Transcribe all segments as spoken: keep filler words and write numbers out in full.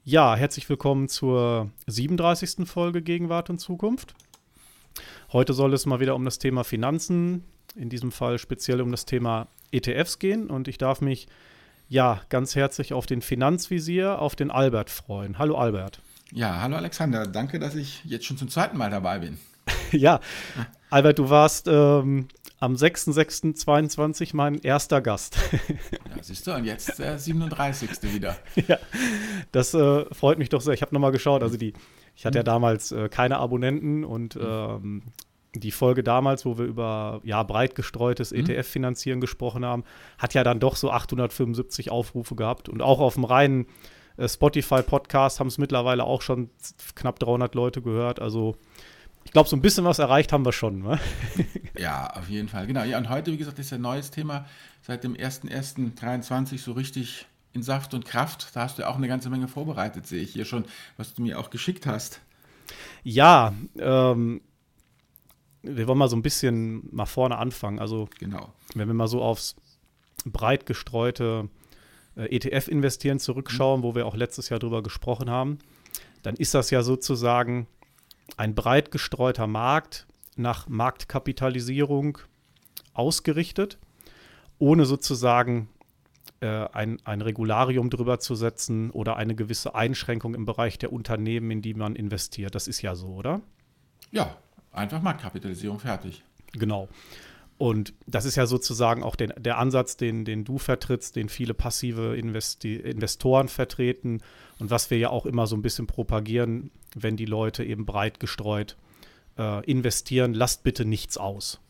Ja, herzlich willkommen zur siebenunddreißigsten Folge Gegenwart und Zukunft. Heute soll es mal wieder um das Thema Finanzen, in diesem Fall speziell um das Thema E T Fs gehen. Und ich darf mich ja ganz herzlich auf den Finanzvisier, auf den Albert freuen. Hallo Albert. Ja, hallo Alexander. Danke, dass ich jetzt schon zum zweiten Mal dabei bin. Ja, Albert, du warst ähm, am sechster sechster zweiundzwanzig mein erster Gast. Ja, siehst du, und jetzt der siebenunddreißigste wieder. Ja, das äh, freut mich doch sehr. Ich habe nochmal geschaut, also die, ich hatte ja damals äh, keine Abonnenten und ähm, die Folge damals, wo wir über ja, breit gestreutes E T F-Finanzieren gesprochen haben, hat ja dann doch so achthundertfünfundsiebzig Aufrufe gehabt. Und auch auf dem reinen äh, Spotify-Podcast haben es mittlerweile auch schon knapp dreihundert Leute gehört. Also ich glaube, so ein bisschen was erreicht haben wir schon. Ne? Ja, auf jeden Fall. Genau. Ja, und heute, wie gesagt, ist ein neues Thema seit dem erster erster dreiundzwanzig so richtig in Saft und Kraft. Da hast du ja auch eine ganze Menge vorbereitet, sehe ich hier schon, was du mir auch geschickt hast. Ja, ähm, wir wollen mal so ein bisschen mal vorne anfangen. Also, genau. Wenn wir mal so aufs breit gestreute äh, E T F-Investieren zurückschauen, mhm. wo wir auch letztes Jahr drüber gesprochen haben, dann ist das ja sozusagen ein breit gestreuter Markt nach Marktkapitalisierung ausgerichtet, ohne sozusagen äh, ein, ein Regularium drüber zu setzen oder eine gewisse Einschränkung im Bereich der Unternehmen, in die man investiert. Das ist ja so, oder? Ja, einfach Marktkapitalisierung, fertig. Genau. Und das ist ja sozusagen auch den, der Ansatz, den, den du vertrittst, den viele passive Investi- Investoren vertreten und was wir ja auch immer so ein bisschen propagieren, wenn die Leute eben breit gestreut äh, investieren, lasst bitte nichts aus.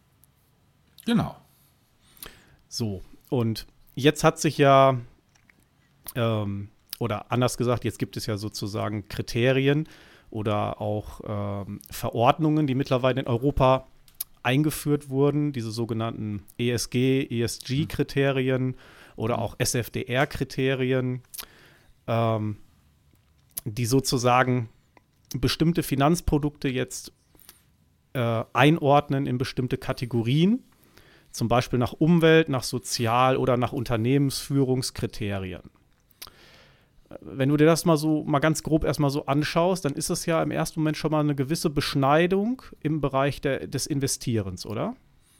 Genau. So, und jetzt hat sich ja, ähm, oder anders gesagt, jetzt gibt es ja sozusagen Kriterien oder auch ähm, Verordnungen, die mittlerweile in Europa eingeführt wurden, diese sogenannten E S G, E S G-Kriterien oder auch S F D R-Kriterien, ähm, die sozusagen bestimmte Finanzprodukte jetzt äh, einordnen in bestimmte Kategorien, zum Beispiel nach Umwelt, nach Sozial- oder nach Unternehmensführungskriterien. Wenn du dir das mal so mal ganz grob erstmal so anschaust, dann ist es ja im ersten Moment schon mal eine gewisse Beschneidung im Bereich der, des Investierens, oder?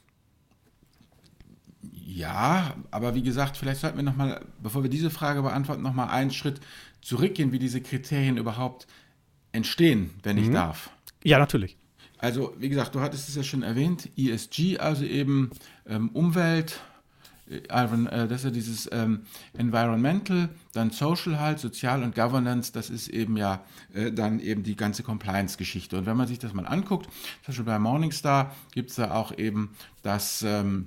Ja, aber wie gesagt, vielleicht sollten wir nochmal, bevor wir diese Frage beantworten, nochmal einen Schritt zurückgehen, wie diese Kriterien überhaupt entstehen, wenn ich Mhm. darf. Ja, natürlich. Also, wie gesagt, du hattest es ja schon erwähnt, E S G, also eben ähm, Umwelt, Ivan, äh, das ist ja dieses ähm, Environmental, dann Social halt, Sozial und Governance, das ist eben ja äh, dann eben die ganze Compliance-Geschichte. Und wenn man sich das mal anguckt, zum Beispiel bei Morningstar gibt es da auch eben das ähm,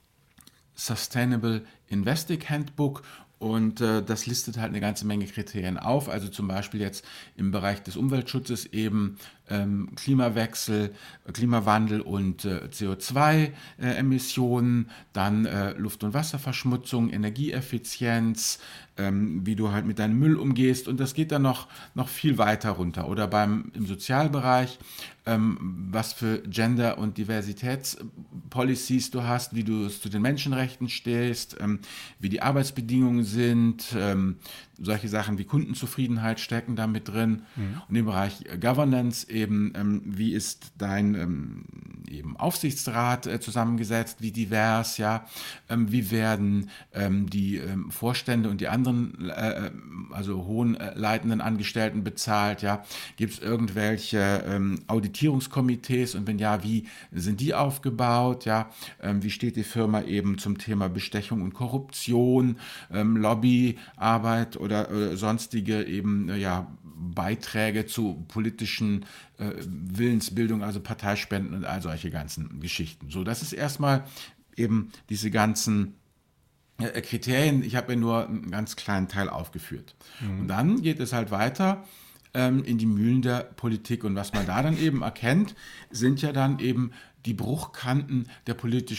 Sustainable Investing Handbook. Und äh, das listet halt eine ganze Menge Kriterien auf, also zum Beispiel jetzt im Bereich des Umweltschutzes eben ähm, Klimawechsel, Klimawandel und äh, C O zwei Emissionen, dann äh, Luft- und Wasserverschmutzung, Energieeffizienz, ähm, wie du halt mit deinem Müll umgehst, und das geht dann noch, noch viel weiter runter. Oder beim, im Sozialbereich, ähm, was für Gender- und Diversitätspolicies du hast, wie du zu den Menschenrechten stehst, ähm, wie die Arbeitsbedingungen sind, ähm, solche Sachen wie Kundenzufriedenheit stecken da mit drin. Mhm. Und im Bereich Governance eben, ähm, wie ist dein ähm, eben Aufsichtsrat äh, zusammengesetzt, wie divers, ja, ähm, wie werden ähm, die ähm, Vorstände und die anderen, äh, also hohen äh, leitenden Angestellten bezahlt, ja, gibt es irgendwelche ähm, Auditierungskomitees, und wenn ja, wie sind die aufgebaut, ja, ähm, wie steht die Firma eben zum Thema Bestechung und Korruption, ähm, Lobbyarbeit oder Oder, oder sonstige eben ja, Beiträge zu politischen äh, Willensbildung, also Parteispenden und all solche ganzen Geschichten. So, das ist erstmal eben diese ganzen äh, Kriterien. Ich habe mir nur einen ganz kleinen Teil aufgeführt. Mhm. Und dann geht es halt weiter ähm, in die Mühlen der Politik. Und was man da dann eben erkennt, sind ja dann eben die Bruchkanten der politischen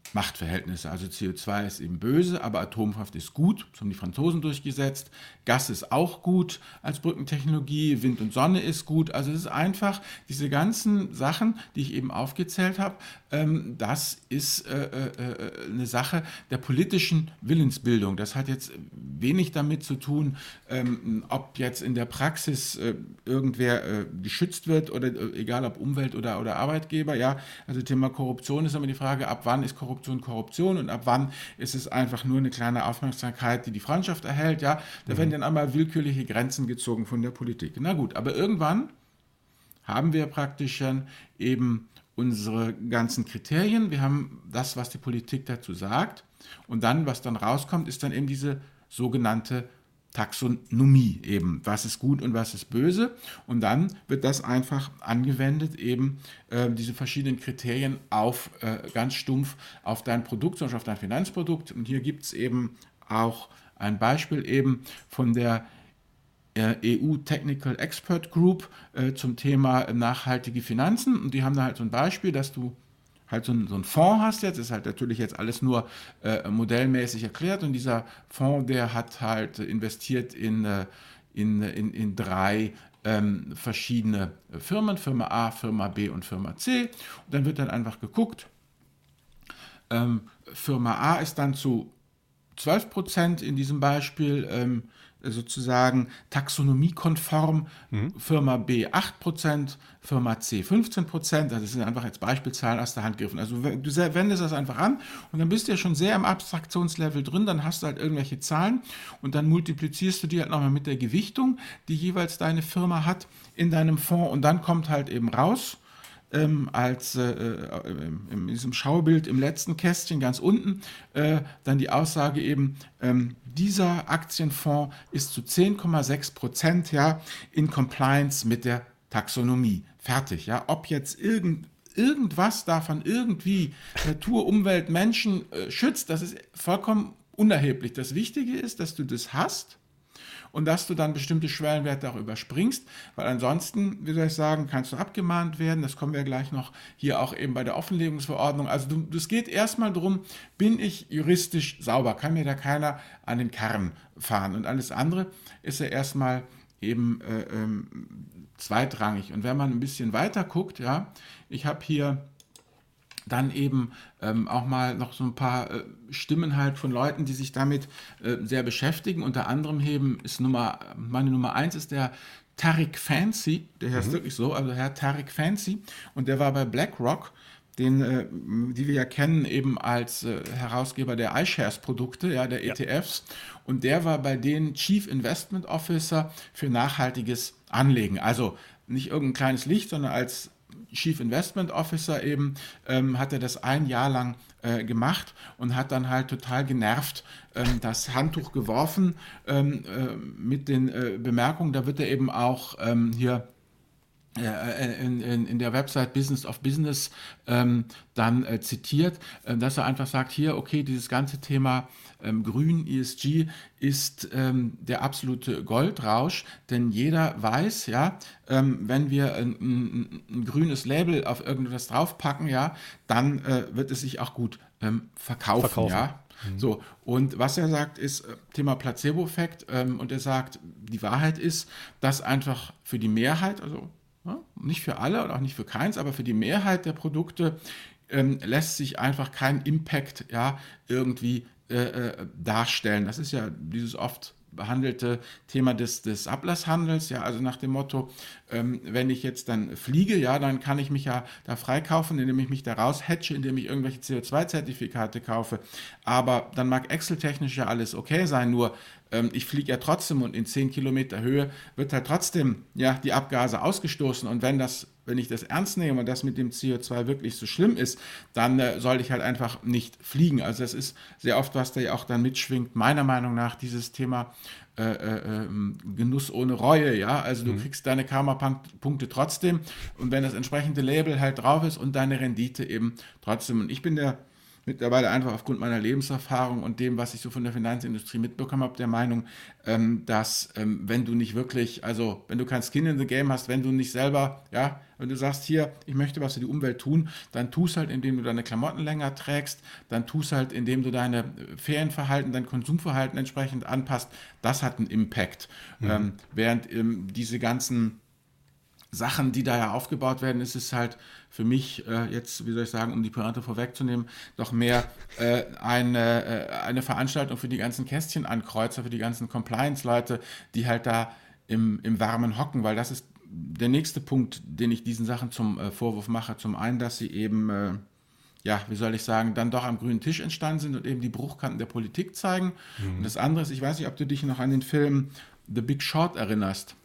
Machtverhältnisse. Also C O zwei ist eben böse, aber Atomkraft ist gut. Das haben die Franzosen durchgesetzt. Gas ist auch gut als Brückentechnologie. Wind und Sonne ist gut. Also es ist einfach diese ganzen Sachen, die ich eben aufgezählt habe, ähm, das ist äh, äh, eine Sache der politischen Willensbildung. Das hat jetzt wenig damit zu tun, ähm, ob jetzt in der Praxis äh, irgendwer äh, geschützt wird oder äh, egal ob Umwelt oder, oder Arbeitgeber. Ja, also Thema Korruption ist immer die Frage, ab wann ist Korruption Korruption und ab wann ist es einfach nur eine kleine Aufmerksamkeit, die die Freundschaft erhält. Ja, da mhm. werden dann einmal willkürliche Grenzen gezogen von der Politik. Na gut, aber irgendwann haben wir praktisch eben unsere ganzen Kriterien, wir haben das, was die Politik dazu sagt und dann, was dann rauskommt, ist dann eben diese sogenannte Taxonomie eben, was ist gut und was ist böse und dann wird das einfach angewendet, eben äh, diese verschiedenen Kriterien auf äh, ganz stumpf auf dein Produkt, zum Beispiel auf dein Finanzprodukt und hier gibt es eben auch ein Beispiel eben von der E U Technical Expert Group äh, zum Thema nachhaltige Finanzen und die haben da halt so ein Beispiel, dass du halt so, ein, so einen Fonds hast jetzt, ist halt natürlich jetzt alles nur äh, modellmäßig erklärt und dieser Fonds, der hat halt investiert in, äh, in, in, in drei ähm, verschiedene Firmen, Firma A, Firma B und Firma C und dann wird dann einfach geguckt, ähm, Firma A ist dann zu zwölf Prozent in diesem Beispiel ähm, sozusagen taxonomiekonform, mhm. Firma B acht Prozent, Firma C fünfzehn Prozent, also das sind einfach jetzt Beispielzahlen aus der Hand gegriffen. Also du wendest das einfach an und dann bist du ja schon sehr im Abstraktionslevel drin, dann hast du halt irgendwelche Zahlen und dann multiplizierst du die halt nochmal mit der Gewichtung, die jeweils deine Firma hat in deinem Fonds und dann kommt halt eben raus, Ähm, als äh, in diesem Schaubild im letzten Kästchen ganz unten, äh, dann die Aussage eben, ähm, dieser Aktienfonds ist zu zehn Komma sechs Prozent ja, in Compliance mit der Taxonomie. Fertig. Ja? Ob jetzt irgend, irgendwas davon irgendwie Natur, Umwelt, Menschen äh, schützt, das ist vollkommen unerheblich. Das Wichtige ist, dass du das hast, und dass du dann bestimmte Schwellenwerte auch überspringst, weil ansonsten, wie soll ich sagen, kannst du abgemahnt werden, das kommen wir gleich noch hier auch eben bei der Offenlegungsverordnung. Also es geht erstmal darum, bin ich juristisch sauber, kann mir da keiner an den Karren fahren und alles andere ist ja erstmal eben äh, ähm, zweitrangig. Und wenn man ein bisschen weiter guckt, ja, ich habe hier dann eben ähm, auch mal noch so ein paar äh, Stimmen halt von Leuten, die sich damit äh, sehr beschäftigen. Unter anderem eben ist Nummer, meine Nummer eins ist der Tariq Fancy, der heißt mhm. wirklich so, also Herr Tariq Fancy und der war bei BlackRock, den, äh, die wir ja kennen eben als äh, Herausgeber der iShares-Produkte, ja, der ja. E T Fs und der war bei denen Chief Investment Officer für nachhaltiges Anlegen, also nicht irgendein kleines Licht, sondern als Chief Investment Officer eben, ähm, hat er das ein Jahr lang äh, gemacht und hat dann halt total genervt ähm, das Handtuch geworfen ähm, äh, mit den äh, Bemerkungen, da wird er eben auch ähm, hier In, in, in der Website Business of Business ähm, dann äh, zitiert, äh, dass er einfach sagt, hier, okay, dieses ganze Thema ähm, Grün, E S G ist ähm, der absolute Goldrausch, denn jeder weiß, ja, ähm, wenn wir ein, ein, ein grünes Label auf irgendetwas draufpacken, ja, dann äh, wird es sich auch gut ähm, verkaufen, verkaufen. Ja. Mhm. So, und was er sagt, ist äh, Thema Placebo-Effekt ähm, und er sagt, die Wahrheit ist, dass einfach für die Mehrheit, also ja, nicht für alle und auch nicht für keins, aber für die Mehrheit der Produkte ähm, lässt sich einfach kein Impact ja, irgendwie äh, äh, darstellen. Das ist ja dieses oft behandelte Thema des, des Ablasshandels, ja, also nach dem Motto, ähm, wenn ich jetzt dann fliege, ja, dann kann ich mich ja da freikaufen, indem ich mich da raushedge, indem ich irgendwelche C O zwei Zertifikate kaufe, aber dann mag Excel-technisch ja alles okay sein, nur ähm, ich fliege ja trotzdem und in zehn Kilometer Höhe wird halt trotzdem ja, die Abgase ausgestoßen und wenn das wenn ich das ernst nehme und das mit dem C O zwei wirklich so schlimm ist, dann äh, soll ich halt einfach nicht fliegen. Also das ist sehr oft, was da ja auch dann mitschwingt, meiner Meinung nach, dieses Thema äh, äh, Genuss ohne Reue, ja, also du mhm. kriegst deine Karma-Punkte trotzdem und wenn das entsprechende Label halt drauf ist und deine Rendite eben trotzdem. Und ich bin der mittlerweile einfach aufgrund meiner Lebenserfahrung und dem, was ich so von der Finanzindustrie mitbekommen habe, der Meinung, ähm, dass ähm, wenn du nicht wirklich, also wenn du kein Skin in the Game hast, wenn du nicht selber, ja, wenn du sagst, hier, ich möchte was für die Umwelt tun, dann tust halt, indem du deine Klamotten länger trägst, dann tust halt, indem du deine Ferienverhalten, dein Konsumverhalten entsprechend anpasst. Das hat einen Impact. Mhm. Ähm, während ähm, diese ganzen Sachen, die da ja aufgebaut werden, ist es halt für mich äh, jetzt, wie soll ich sagen, um die Pointe vorwegzunehmen, doch mehr äh, eine, äh, eine Veranstaltung für die ganzen Kästchenankreuzer, für die ganzen Compliance-Leute, die halt da im, im Warmen hocken, weil das ist der nächste Punkt, den ich diesen Sachen zum äh, Vorwurf mache. Zum einen, dass sie eben, äh, ja, wie soll ich sagen, dann doch am grünen Tisch entstanden sind und eben die Bruchkanten der Politik zeigen. Mhm. Und das andere ist, ich weiß nicht, ob du dich noch an den Film The Big Short erinnerst.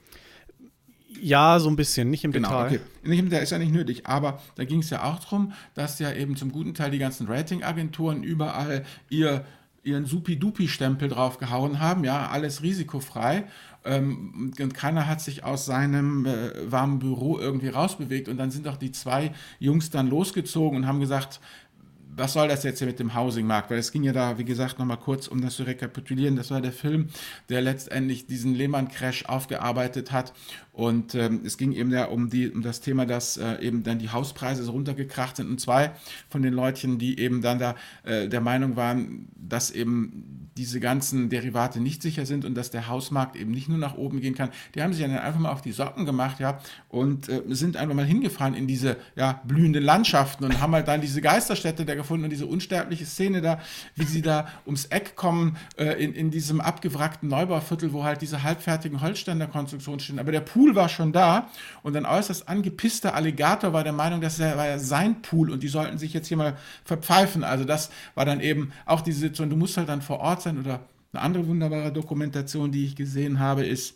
Ja, so ein bisschen, nicht im genau, Detail. Okay. Nicht im Detail ist ja nicht nötig, aber da ging es ja auch darum, dass ja eben zum guten Teil die ganzen Ratingagenturen überall ihr, ihren Supi-Dupi-Stempel drauf gehauen haben, ja, alles risikofrei. Ähm, und keiner hat sich aus seinem äh, warmen Büro irgendwie rausbewegt. Und dann sind doch die zwei Jungs dann losgezogen und haben gesagt, was soll das jetzt hier mit dem Housing-Markt? Weil es ging ja da, wie gesagt, nochmal kurz, um das zu rekapitulieren, das war der Film, der letztendlich diesen Lehman-Crash aufgearbeitet hat. Und ähm, es ging eben ja um, die, um das Thema, dass äh, eben dann die Hauspreise so runtergekracht sind. Und zwei von den Leuten, die eben dann da äh, der Meinung waren, dass eben diese ganzen Derivate nicht sicher sind und dass der Hausmarkt eben nicht nur nach oben gehen kann, die haben sich dann einfach mal auf die Socken gemacht, ja, und äh, sind einfach mal hingefahren in diese ja, blühenden Landschaften und haben halt dann diese Geisterstädte da gefunden und diese unsterbliche Szene da, wie sie da ums Eck kommen, äh, in, in diesem abgewrackten Neubauviertel, wo halt diese halbfertigen Holzständerkonstruktionen stehen. Aber der Pool war schon da und ein äußerst angepisster Alligator war der Meinung, das war ja sein Pool und die sollten sich jetzt hier mal verpfeifen. Also das war dann eben auch diese Situation, du musst halt dann vor Ort sein. Oder eine andere wunderbare Dokumentation, die ich gesehen habe, ist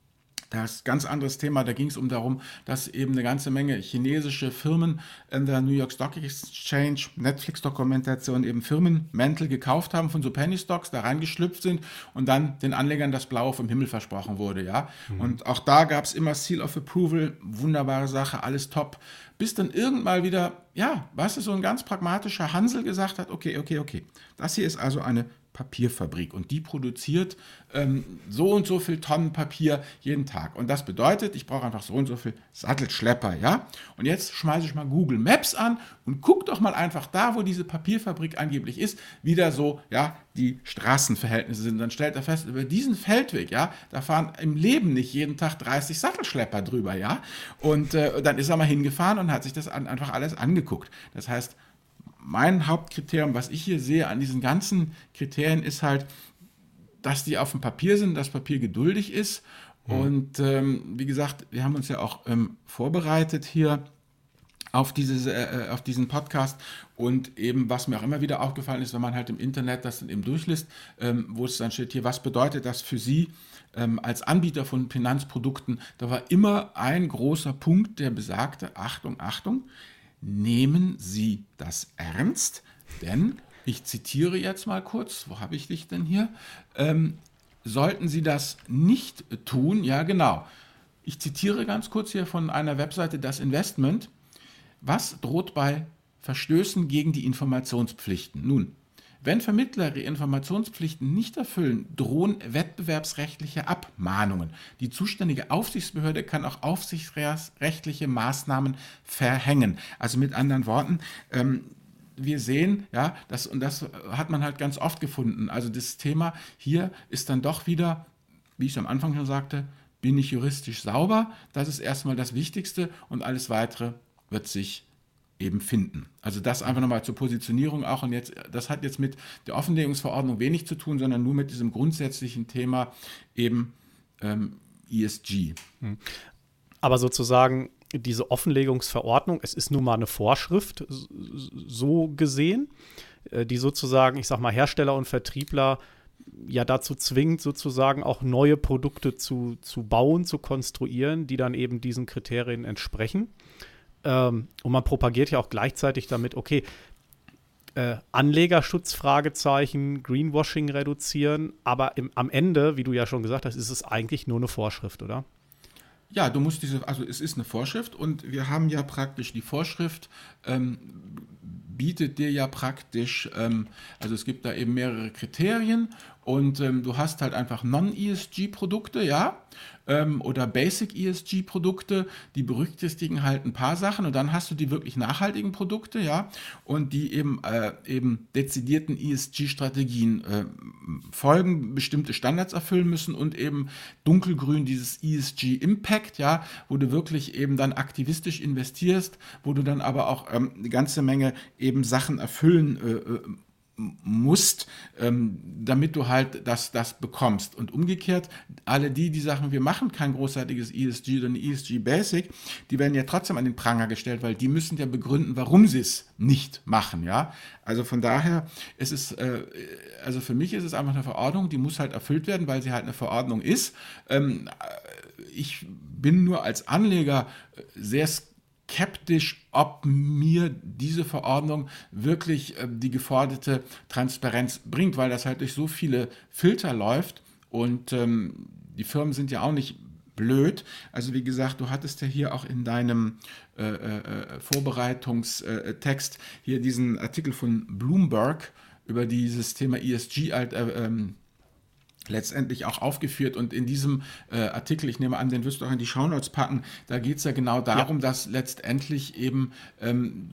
das ganz anderes Thema. Da ging es um darum, dass eben eine ganze Menge chinesische Firmen in der New York Stock Exchange, Netflix-Dokumentation, eben Firmenmäntel gekauft haben von so Penny Stocks, da reingeschlüpft sind und dann den Anlegern das Blaue vom Himmel versprochen wurde. Ja? Mhm. Und auch da gab es immer Seal of Approval, wunderbare Sache, alles top. Bis dann irgendwann wieder, ja, weißt du, so ein ganz pragmatischer Hansel gesagt hat, okay, okay, okay, das hier ist also eine Papierfabrik und die produziert ähm, so und so viel Tonnen Papier jeden Tag. Und das bedeutet, ich brauche einfach so und so viel Sattelschlepper, ja? Und jetzt schmeiße ich mal Google Maps an und guck doch mal einfach da, wo diese Papierfabrik angeblich ist, wie da so, ja, die Straßenverhältnisse sind. Dann stellt er fest, über diesen Feldweg, ja, da fahren im Leben nicht jeden Tag dreißig Sattelschlepper drüber, ja? Und äh, dann ist er mal hingefahren und hat sich das an, einfach alles angeguckt. Das heißt, mein Hauptkriterium, was ich hier sehe an diesen ganzen Kriterien, ist halt, dass die auf dem Papier sind, dass Papier geduldig ist. Mhm. Und ähm, wie gesagt, wir haben uns ja auch ähm, vorbereitet hier auf, dieses, äh, auf diesen Podcast. Und eben, was mir auch immer wieder aufgefallen ist, wenn man halt im Internet das dann eben durchliest, ähm, wo es dann steht hier, was bedeutet das für Sie ähm, als Anbieter von Finanzprodukten? Da war immer ein großer Punkt, der besagte, Achtung, Achtung, nehmen Sie das ernst, denn, ich zitiere jetzt mal kurz, wo habe ich dich denn hier, ähm, sollten Sie das nicht tun, ja genau, ich zitiere ganz kurz hier von einer Webseite, das Investment, was droht bei Verstößen gegen die Informationspflichten? Nun, wenn Vermittler ihre Informationspflichten nicht erfüllen, drohen wettbewerbsrechtliche Abmahnungen. Die zuständige Aufsichtsbehörde kann auch aufsichtsrechtliche Maßnahmen verhängen. Also mit anderen Worten, ähm, wir sehen, ja, das, und das hat man halt ganz oft gefunden. Also das Thema hier ist dann doch wieder, wie ich es am Anfang schon sagte, bin ich juristisch sauber? Das ist erstmal das Wichtigste und alles Weitere wird sich eben finden. Also das einfach nochmal zur Positionierung auch. Und jetzt, das hat jetzt mit der Offenlegungsverordnung wenig zu tun, sondern nur mit diesem grundsätzlichen Thema eben ähm, E S G. Aber sozusagen diese Offenlegungsverordnung, es ist nun mal eine Vorschrift, so gesehen, die sozusagen, ich sag mal, Hersteller und Vertriebler ja dazu zwingt, sozusagen auch neue Produkte zu, zu bauen, zu konstruieren, die dann eben diesen Kriterien entsprechen. Ähm, und man propagiert ja auch gleichzeitig damit, okay, äh, Anlegerschutz, Fragezeichen, Greenwashing reduzieren, aber im, am Ende, wie du ja schon gesagt hast, ist es eigentlich nur eine Vorschrift, oder? Ja, du musst diese, also es ist eine Vorschrift und wir haben ja praktisch die Vorschrift ähm, bietet dir ja praktisch, ähm, also es gibt da eben mehrere Kriterien und ähm, du hast halt einfach Non-E S G-Produkte, ja, ähm, oder Basic-E S G-Produkte, die berücksichtigen halt ein paar Sachen und dann hast du die wirklich nachhaltigen Produkte, ja, und die eben, äh, eben dezidierten E S G-Strategien äh, folgen, bestimmte Standards erfüllen müssen und eben dunkelgrün dieses E S G-Impact, ja, wo du wirklich eben dann aktivistisch investierst, wo du dann aber auch ähm, eine ganze Menge eben Sachen erfüllen äh, musst, ähm, damit du halt das, das bekommst. Und umgekehrt, alle die, die sagen, wir machen kein großartiges E S G oder ein E S G Basic, die werden ja trotzdem an den Pranger gestellt, weil die müssen ja begründen, warum sie es nicht machen, ja. Also von daher ist es, äh, also für mich ist es einfach eine Verordnung, die muss halt erfüllt werden, weil sie halt eine Verordnung ist. Ähm, ich bin nur als Anleger sehr skeptisch, ob mir diese Verordnung wirklich äh, die geforderte Transparenz bringt, weil das halt durch so viele Filter läuft und ähm, die Firmen sind ja auch nicht blöd. Also wie gesagt, du hattest ja hier auch in deinem äh, äh, Vorbereitungstext hier diesen Artikel von Bloomberg über dieses Thema E S G halt, äh, ähm, letztendlich auch aufgeführt und in diesem äh, Artikel, ich nehme an, den wirst du auch in die Shownotes packen, da geht es ja genau darum, ja. dass letztendlich eben ähm,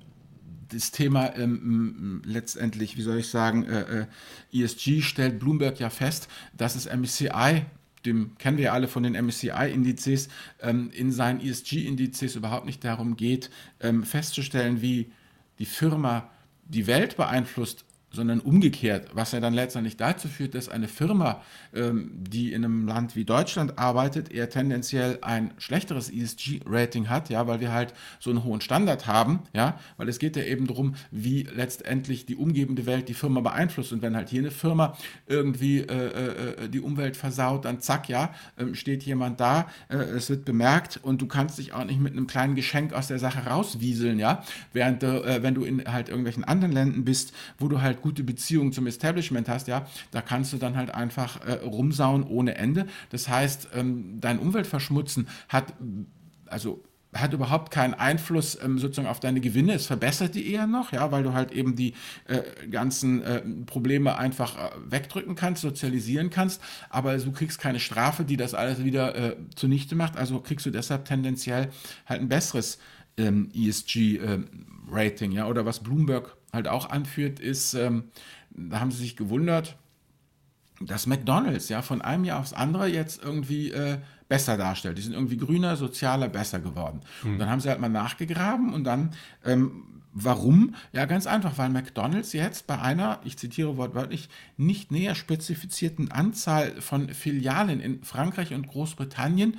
das Thema ähm, letztendlich, wie soll ich sagen, äh, äh, E S G stellt Bloomberg ja fest, dass es M S C I, dem kennen wir ja alle von den M S C I-Indizes, ähm, in seinen E S G-Indizes überhaupt nicht darum geht, ähm, festzustellen, wie die Firma die Welt beeinflusst, sondern umgekehrt, was ja dann letztendlich dazu führt, dass eine Firma, ähm, die in einem Land wie Deutschland arbeitet, eher tendenziell ein schlechteres E S G-Rating hat, ja, weil wir halt so einen hohen Standard haben, ja, weil es geht ja eben darum, wie letztendlich die umgebende Welt die Firma beeinflusst und wenn halt hier eine Firma irgendwie äh, äh, die Umwelt versaut, dann zack, ja, äh, steht jemand da, äh, es wird bemerkt und du kannst dich auch nicht mit einem kleinen Geschenk aus der Sache rauswieseln, ja, während du, äh, wenn du in halt irgendwelchen anderen Ländern bist, wo du halt gute Beziehungen zum Establishment hast, ja, da kannst du dann halt einfach äh, rumsauen ohne Ende. Das heißt, ähm, dein Umweltverschmutzen hat, also hat überhaupt keinen Einfluss ähm, sozusagen auf deine Gewinne. Es verbessert die eher noch, ja, weil du halt eben die äh, ganzen äh, Probleme einfach äh, wegdrücken kannst, sozialisieren kannst, aber du kriegst keine Strafe, die das alles wieder äh, zunichte macht. Also kriegst du deshalb tendenziell halt ein besseres ähm, E S G-Rating, äh, ja, oder was Bloomberg halt auch anführt, ist, ähm, da haben sie sich gewundert, dass McDonald's ja von einem Jahr aufs andere jetzt irgendwie äh, besser darstellt. Die sind irgendwie grüner, sozialer, besser geworden. Mhm. Und dann haben sie halt mal nachgegraben und dann, ähm, warum? Ja, ganz einfach, weil McDonald's jetzt bei einer, ich zitiere wortwörtlich, nicht näher spezifizierten Anzahl von Filialen in Frankreich und Großbritannien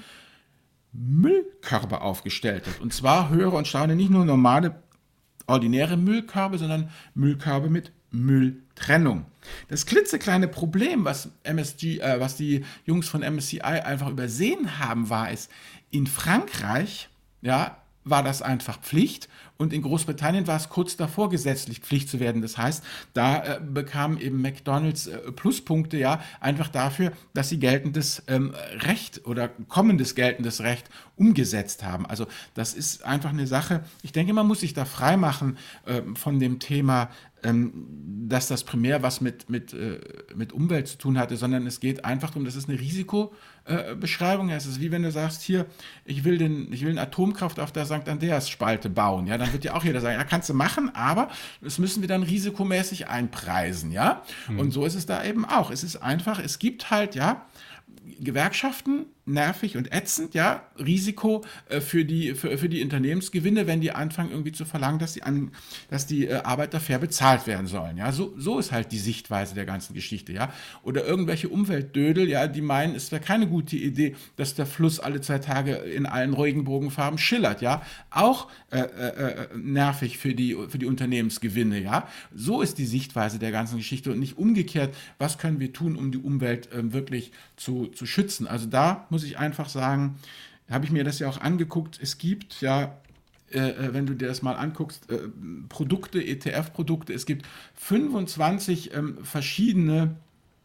Müllkörbe aufgestellt hat. Und zwar, höre und staune, nicht nur normale ordinäre Müllkörbe, sondern Müllkörbe mit Mülltrennung. Das klitzekleine Problem, was M S G, äh, was die Jungs von M S C I einfach übersehen haben, war es, in Frankreich, ja, war das einfach Pflicht und in Großbritannien war es kurz davor, gesetzlich Pflicht zu werden. Das heißt, da äh, bekam eben McDonald's äh, Pluspunkte, ja, einfach dafür, dass sie geltendes ähm, Recht oder kommendes geltendes Recht umgesetzt haben. Also das ist einfach eine Sache, ich denke, man muss sich da freimachen äh, von dem Thema, ähm, dass das primär was mit, mit, äh, mit Umwelt zu tun hatte, sondern es geht einfach darum, das ist eine Risikobeschreibung. Äh, es ist wie wenn du sagst, hier, ich will, den, ich will eine Atomkraft auf der Sankt Andreas-Spalte bauen. Ja, dann wird ja auch jeder sagen, ja, kannst du machen, aber das müssen wir dann risikomäßig einpreisen. Ja, mhm. Und so ist es da eben auch. Es ist einfach, es gibt halt, ja, Gewerkschaften, nervig und ätzend, ja, Risiko äh, für, die, für, für die Unternehmensgewinne, wenn die anfangen irgendwie zu verlangen, dass die, an, dass die äh, Arbeiter fair bezahlt werden sollen, ja, so, so ist halt die Sichtweise der ganzen Geschichte, ja, oder irgendwelche Umweltdödel, ja, die meinen, es wäre keine gute Idee, dass der Fluss alle zwei Tage in allen Regenbogenfarben schillert, ja, auch äh, äh, nervig für die, für die Unternehmensgewinne, ja, so ist die Sichtweise der ganzen Geschichte und nicht umgekehrt, was können wir tun, um die Umwelt äh, wirklich zu, zu schützen, also da muss ich einfach sagen, habe ich mir das ja auch angeguckt, es gibt ja, äh, wenn du dir das mal anguckst, äh, Produkte, E T F-Produkte, es gibt fünfundzwanzig ähm, verschiedene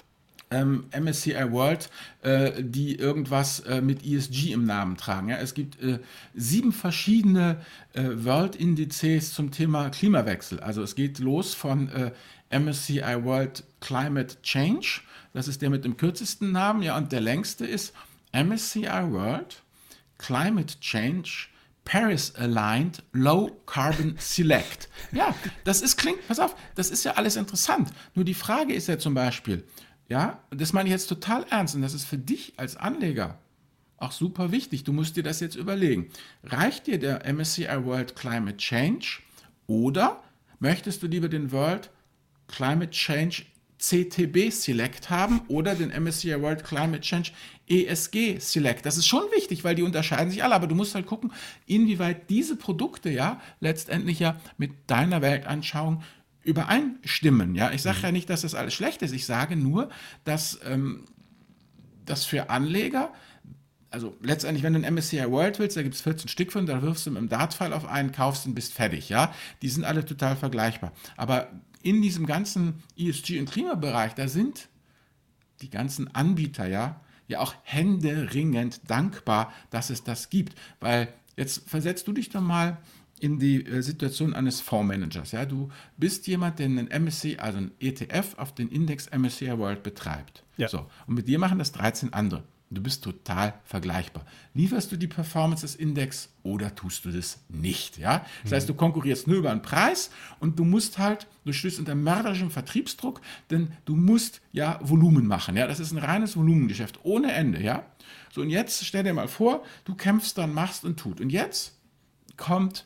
ähm, M S C I World, äh, die irgendwas äh, mit E S G im Namen tragen. Ja? Es gibt äh, sieben verschiedene äh, World-Indizes zum Thema Klimawechsel. Also es geht los von äh, M S C I World Climate Change, das ist der mit dem kürzesten Namen, ja, und der längste ist M S C I World Climate Change Paris Aligned Low Carbon Select. Ja, das ist, klingt, pass auf, das ist ja alles interessant. Nur die Frage ist ja zum Beispiel, ja, das meine ich jetzt total ernst und das ist für dich als Anleger auch super wichtig. Du musst dir das jetzt überlegen. Reicht dir der M S C I World Climate Change oder möchtest du lieber den World Climate Change C T B Select haben oder den M S C I World Climate Change E S G Select? Das ist schon wichtig, weil die unterscheiden sich alle, aber du musst halt gucken, inwieweit diese Produkte ja letztendlich ja mit deiner Weltanschauung übereinstimmen. Ja, ich sage mhm. ja nicht, dass das alles schlecht ist. Ich sage nur, dass ähm, das für Anleger, also letztendlich, wenn du ein M S C I World willst, da gibt es vierzehn Stück von, da wirfst du mit dem Dartpfeil auf einen, kaufst und bist fertig. Ja, die sind alle total vergleichbar. Aber in diesem ganzen E S G- und Klimabereich, da sind die ganzen Anbieter ja, ja auch händeringend dankbar, dass es das gibt. Weil jetzt versetzt du dich doch mal in die äh, Situation eines Fondsmanagers. Ja? Du bist jemand, der einen M S C I, also einen E T F auf den Index M S C I World betreibt. Ja. So. Und mit dir machen das dreizehn andere. Du bist total vergleichbar. Lieferst du die Performance des Index oder tust du das nicht? Ja? Das heißt, du konkurrierst nur über einen Preis und du musst halt, du stehst unter mörderischem Vertriebsdruck, denn du musst ja Volumen machen. Ja? Das ist ein reines Volumengeschäft ohne Ende. Ja? So, und jetzt stell dir mal vor, du kämpfst dann, machst und tut. Und jetzt kommt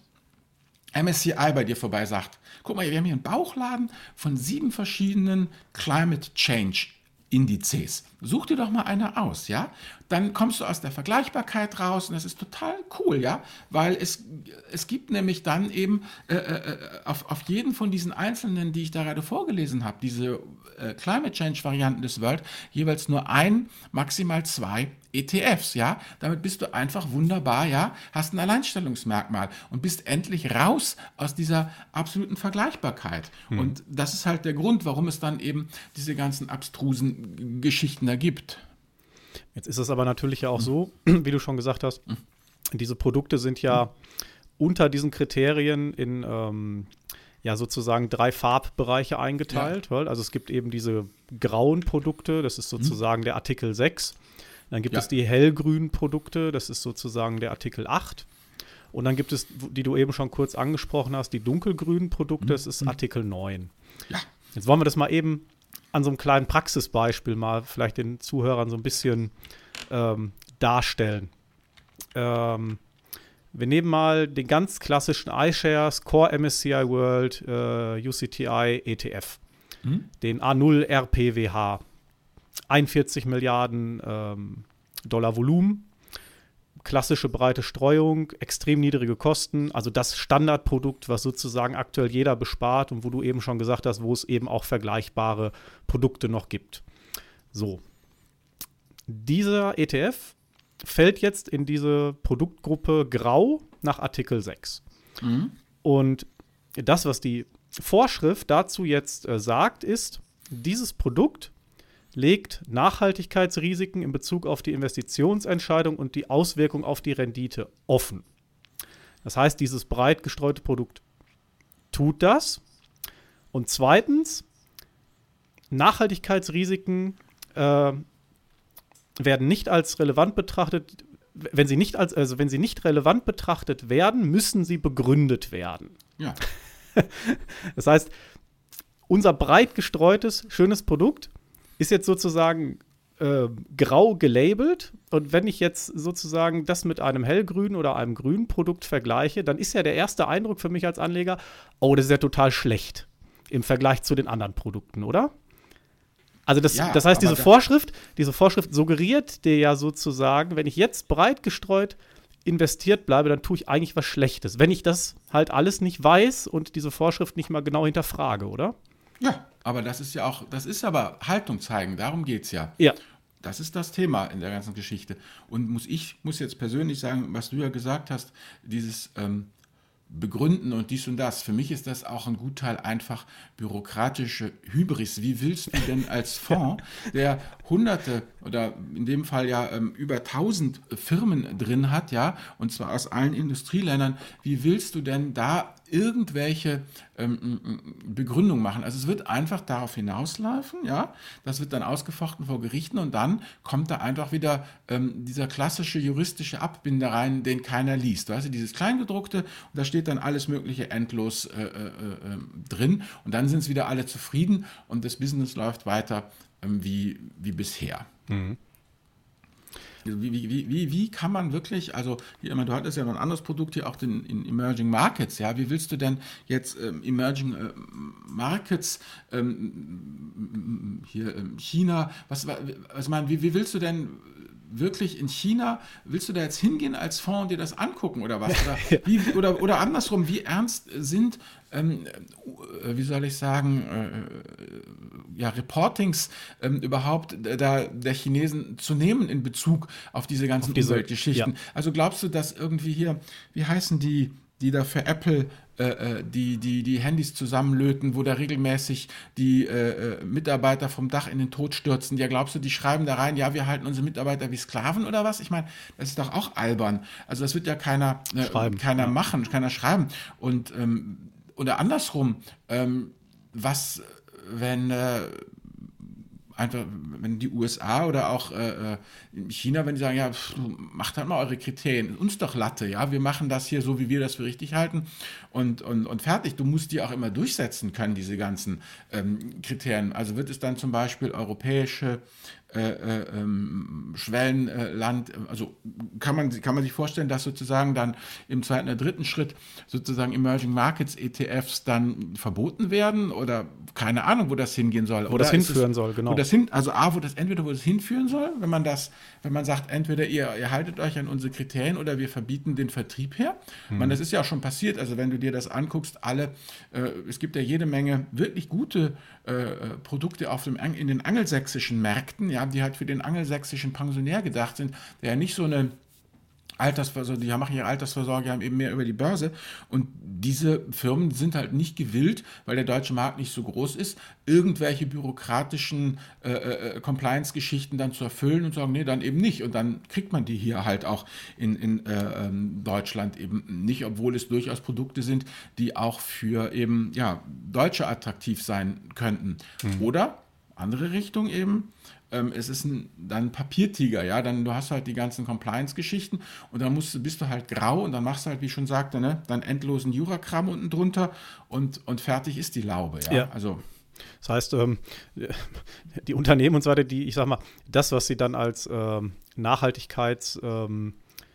M S C I bei dir vorbei, sagt, guck mal, wir haben hier einen Bauchladen von sieben verschiedenen Climate Change Indizes. Such dir doch mal eine aus, ja? Dann kommst du aus der Vergleichbarkeit raus und das ist total cool, ja? Weil es, es gibt nämlich dann eben äh, äh, auf, auf jeden von diesen einzelnen, die ich da gerade vorgelesen habe, diese äh, Climate Change Varianten des World, jeweils nur ein, maximal zwei E T Fs, ja? Damit bist du einfach wunderbar, ja? Hast ein Alleinstellungsmerkmal und bist endlich raus aus dieser absoluten Vergleichbarkeit. Hm. Und das ist halt der Grund, warum es dann eben diese ganzen abstrusen Geschichten da gibt. Jetzt ist es aber natürlich ja auch so, wie du schon gesagt hast, diese Produkte sind ja unter diesen Kriterien in ähm, ja sozusagen drei Farbbereiche eingeteilt. Ja. Also es gibt eben diese grauen Produkte, das ist sozusagen mhm. der Artikel sechs. Dann gibt ja. es die hellgrünen Produkte, das ist sozusagen der Artikel acht. Und dann gibt es, die du eben schon kurz angesprochen hast, die dunkelgrünen Produkte, mhm. das ist Artikel neun. Ja. Jetzt wollen wir das mal eben an so einem kleinen Praxisbeispiel mal vielleicht den Zuhörern so ein bisschen ähm, darstellen. Ähm, wir nehmen mal den ganz klassischen iShares Core M S C I World äh, U C T I E T F, hm? den A null R P W H, einundvierzig Milliarden ähm, Dollar Volumen, klassische breite Streuung, extrem niedrige Kosten, also das Standardprodukt, was sozusagen aktuell jeder bespart und wo du eben schon gesagt hast, wo es eben auch vergleichbare Produkte noch gibt. So. Dieser E T F fällt jetzt in diese Produktgruppe Grau nach Artikel sechs. Mhm. Und das, was die Vorschrift dazu jetzt äh, sagt, ist, dieses Produkt legt Nachhaltigkeitsrisiken in Bezug auf die Investitionsentscheidung und die Auswirkung auf die Rendite offen. Das heißt, dieses breit gestreute Produkt tut das. Und zweitens, Nachhaltigkeitsrisiken äh, werden nicht als relevant betrachtet, wenn sie nicht als, also wenn sie nicht relevant betrachtet werden, müssen sie begründet werden. Ja. Das heißt, unser breit gestreutes, schönes Produkt ist jetzt sozusagen äh, grau gelabelt. Und wenn ich jetzt sozusagen das mit einem hellgrünen oder einem grünen Produkt vergleiche, dann ist ja der erste Eindruck für mich als Anleger, oh, das ist ja total schlecht im Vergleich zu den anderen Produkten, oder? Also das, ja, das heißt, diese Vorschrift, diese Vorschrift suggeriert dir ja sozusagen, wenn ich jetzt breit gestreut investiert bleibe, dann tue ich eigentlich was Schlechtes. Wenn ich das halt alles nicht weiß und diese Vorschrift nicht mal genau hinterfrage, oder? Ja, aber das ist ja auch, das ist aber Haltung zeigen, darum geht es ja. Ja. Das ist das Thema in der ganzen Geschichte. Und muss ich muss jetzt persönlich sagen, was du ja gesagt hast, dieses ähm, begründen und dies und das. Für mich ist das auch ein Gutteil einfach bürokratische Hybris. Wie willst du denn als Fonds, der hunderte oder in dem Fall ja ähm, über tausend Firmen drin hat, ja, und zwar aus allen Industrieländern, wie willst du denn da irgendwelche ähm, Begründungen machen? Also es wird einfach darauf hinauslaufen, ja, das wird dann ausgefochten vor Gerichten und dann kommt da einfach wieder ähm, dieser klassische juristische Abbinder rein, den keiner liest. Weißt du, dieses Kleingedruckte, und da steht dann alles Mögliche endlos äh, äh, äh, drin und dann sind es wieder alle zufrieden und das Business läuft weiter ähm, wie, wie bisher. Mhm. Wie, wie, wie, wie kann man wirklich, also hier immer, du hattest ja noch ein anderes Produkt hier, auch den, in Emerging Markets, ja, wie willst du denn jetzt ähm, Emerging äh, Markets, ähm, hier ähm, China, was, was man, wie, wie willst du denn wirklich in China, willst du da jetzt hingehen als Fonds und dir das angucken oder was? Oder, wie, oder, oder andersrum, wie ernst sind, ähm, wie soll ich sagen, äh, ja, Reportings ähm, überhaupt da der Chinesen zu nehmen in Bezug auf diese ganzen auf diese, Umweltgeschichten? Ja. Also glaubst du, dass irgendwie hier, wie heißen die, die da für Apple äh, die, die, die Handys zusammenlöten, wo da regelmäßig die äh, Mitarbeiter vom Dach in den Tod stürzen. Ja, glaubst du, die schreiben da rein, ja, wir halten unsere Mitarbeiter wie Sklaven oder was? Ich meine, das ist doch auch albern. Also das wird ja keiner, äh, keiner ja. machen, keiner schreiben. Und ähm, oder andersrum, ähm, was, wenn äh, einfach, wenn die U S A oder auch äh, China, wenn die sagen, ja, pff, macht halt mal eure Kriterien, uns doch Latte, ja, wir machen das hier so, wie wir das für richtig halten und, und, und fertig. Du musst die auch immer durchsetzen können, diese ganzen ähm, Kriterien. Also wird es dann zum Beispiel europäische Äh, äh, ähm, Schwellenland, also kann man, kann man sich vorstellen, dass sozusagen dann im zweiten oder dritten Schritt sozusagen Emerging Markets E T Fs dann verboten werden oder keine Ahnung, wo das hingehen soll. Wo oder das hinführen es, soll, genau. Wo das hin, also A, wo das entweder wo das hinführen soll, wenn man das, wenn man sagt, entweder ihr, ihr haltet euch an unsere Kriterien oder wir verbieten den Vertrieb her. Hm. Man, das ist ja auch schon passiert, also wenn du dir das anguckst, alle, äh, es gibt ja jede Menge wirklich gute äh, Produkte auf dem, in den angelsächsischen Märkten, ja, die halt für den angelsächsischen Pensionär gedacht sind, der ja nicht so eine Altersvorsorge, die machen ihre Altersvorsorge, haben eben mehr über die Börse und diese Firmen sind halt nicht gewillt, weil der deutsche Markt nicht so groß ist, irgendwelche bürokratischen äh, äh, Compliance-Geschichten dann zu erfüllen und sagen, nee, dann eben nicht und dann kriegt man die hier halt auch in, in äh, Deutschland eben nicht, obwohl es durchaus Produkte sind, die auch für eben, ja, Deutsche attraktiv sein könnten. Mhm. Oder, andere Richtung eben, es ist ein, dann ein Papiertiger, ja, dann du hast halt die ganzen Compliance-Geschichten und dann musst, bist du halt grau und dann machst du halt, wie ich schon sagte, ne, dann endlosen Jurakram unten drunter und, und fertig ist die Laube, ja, ja. Also das heißt, ähm, die Unternehmen und so weiter, die, ich sag mal, das, was sie dann als ähm, Nachhaltigkeits- ähm,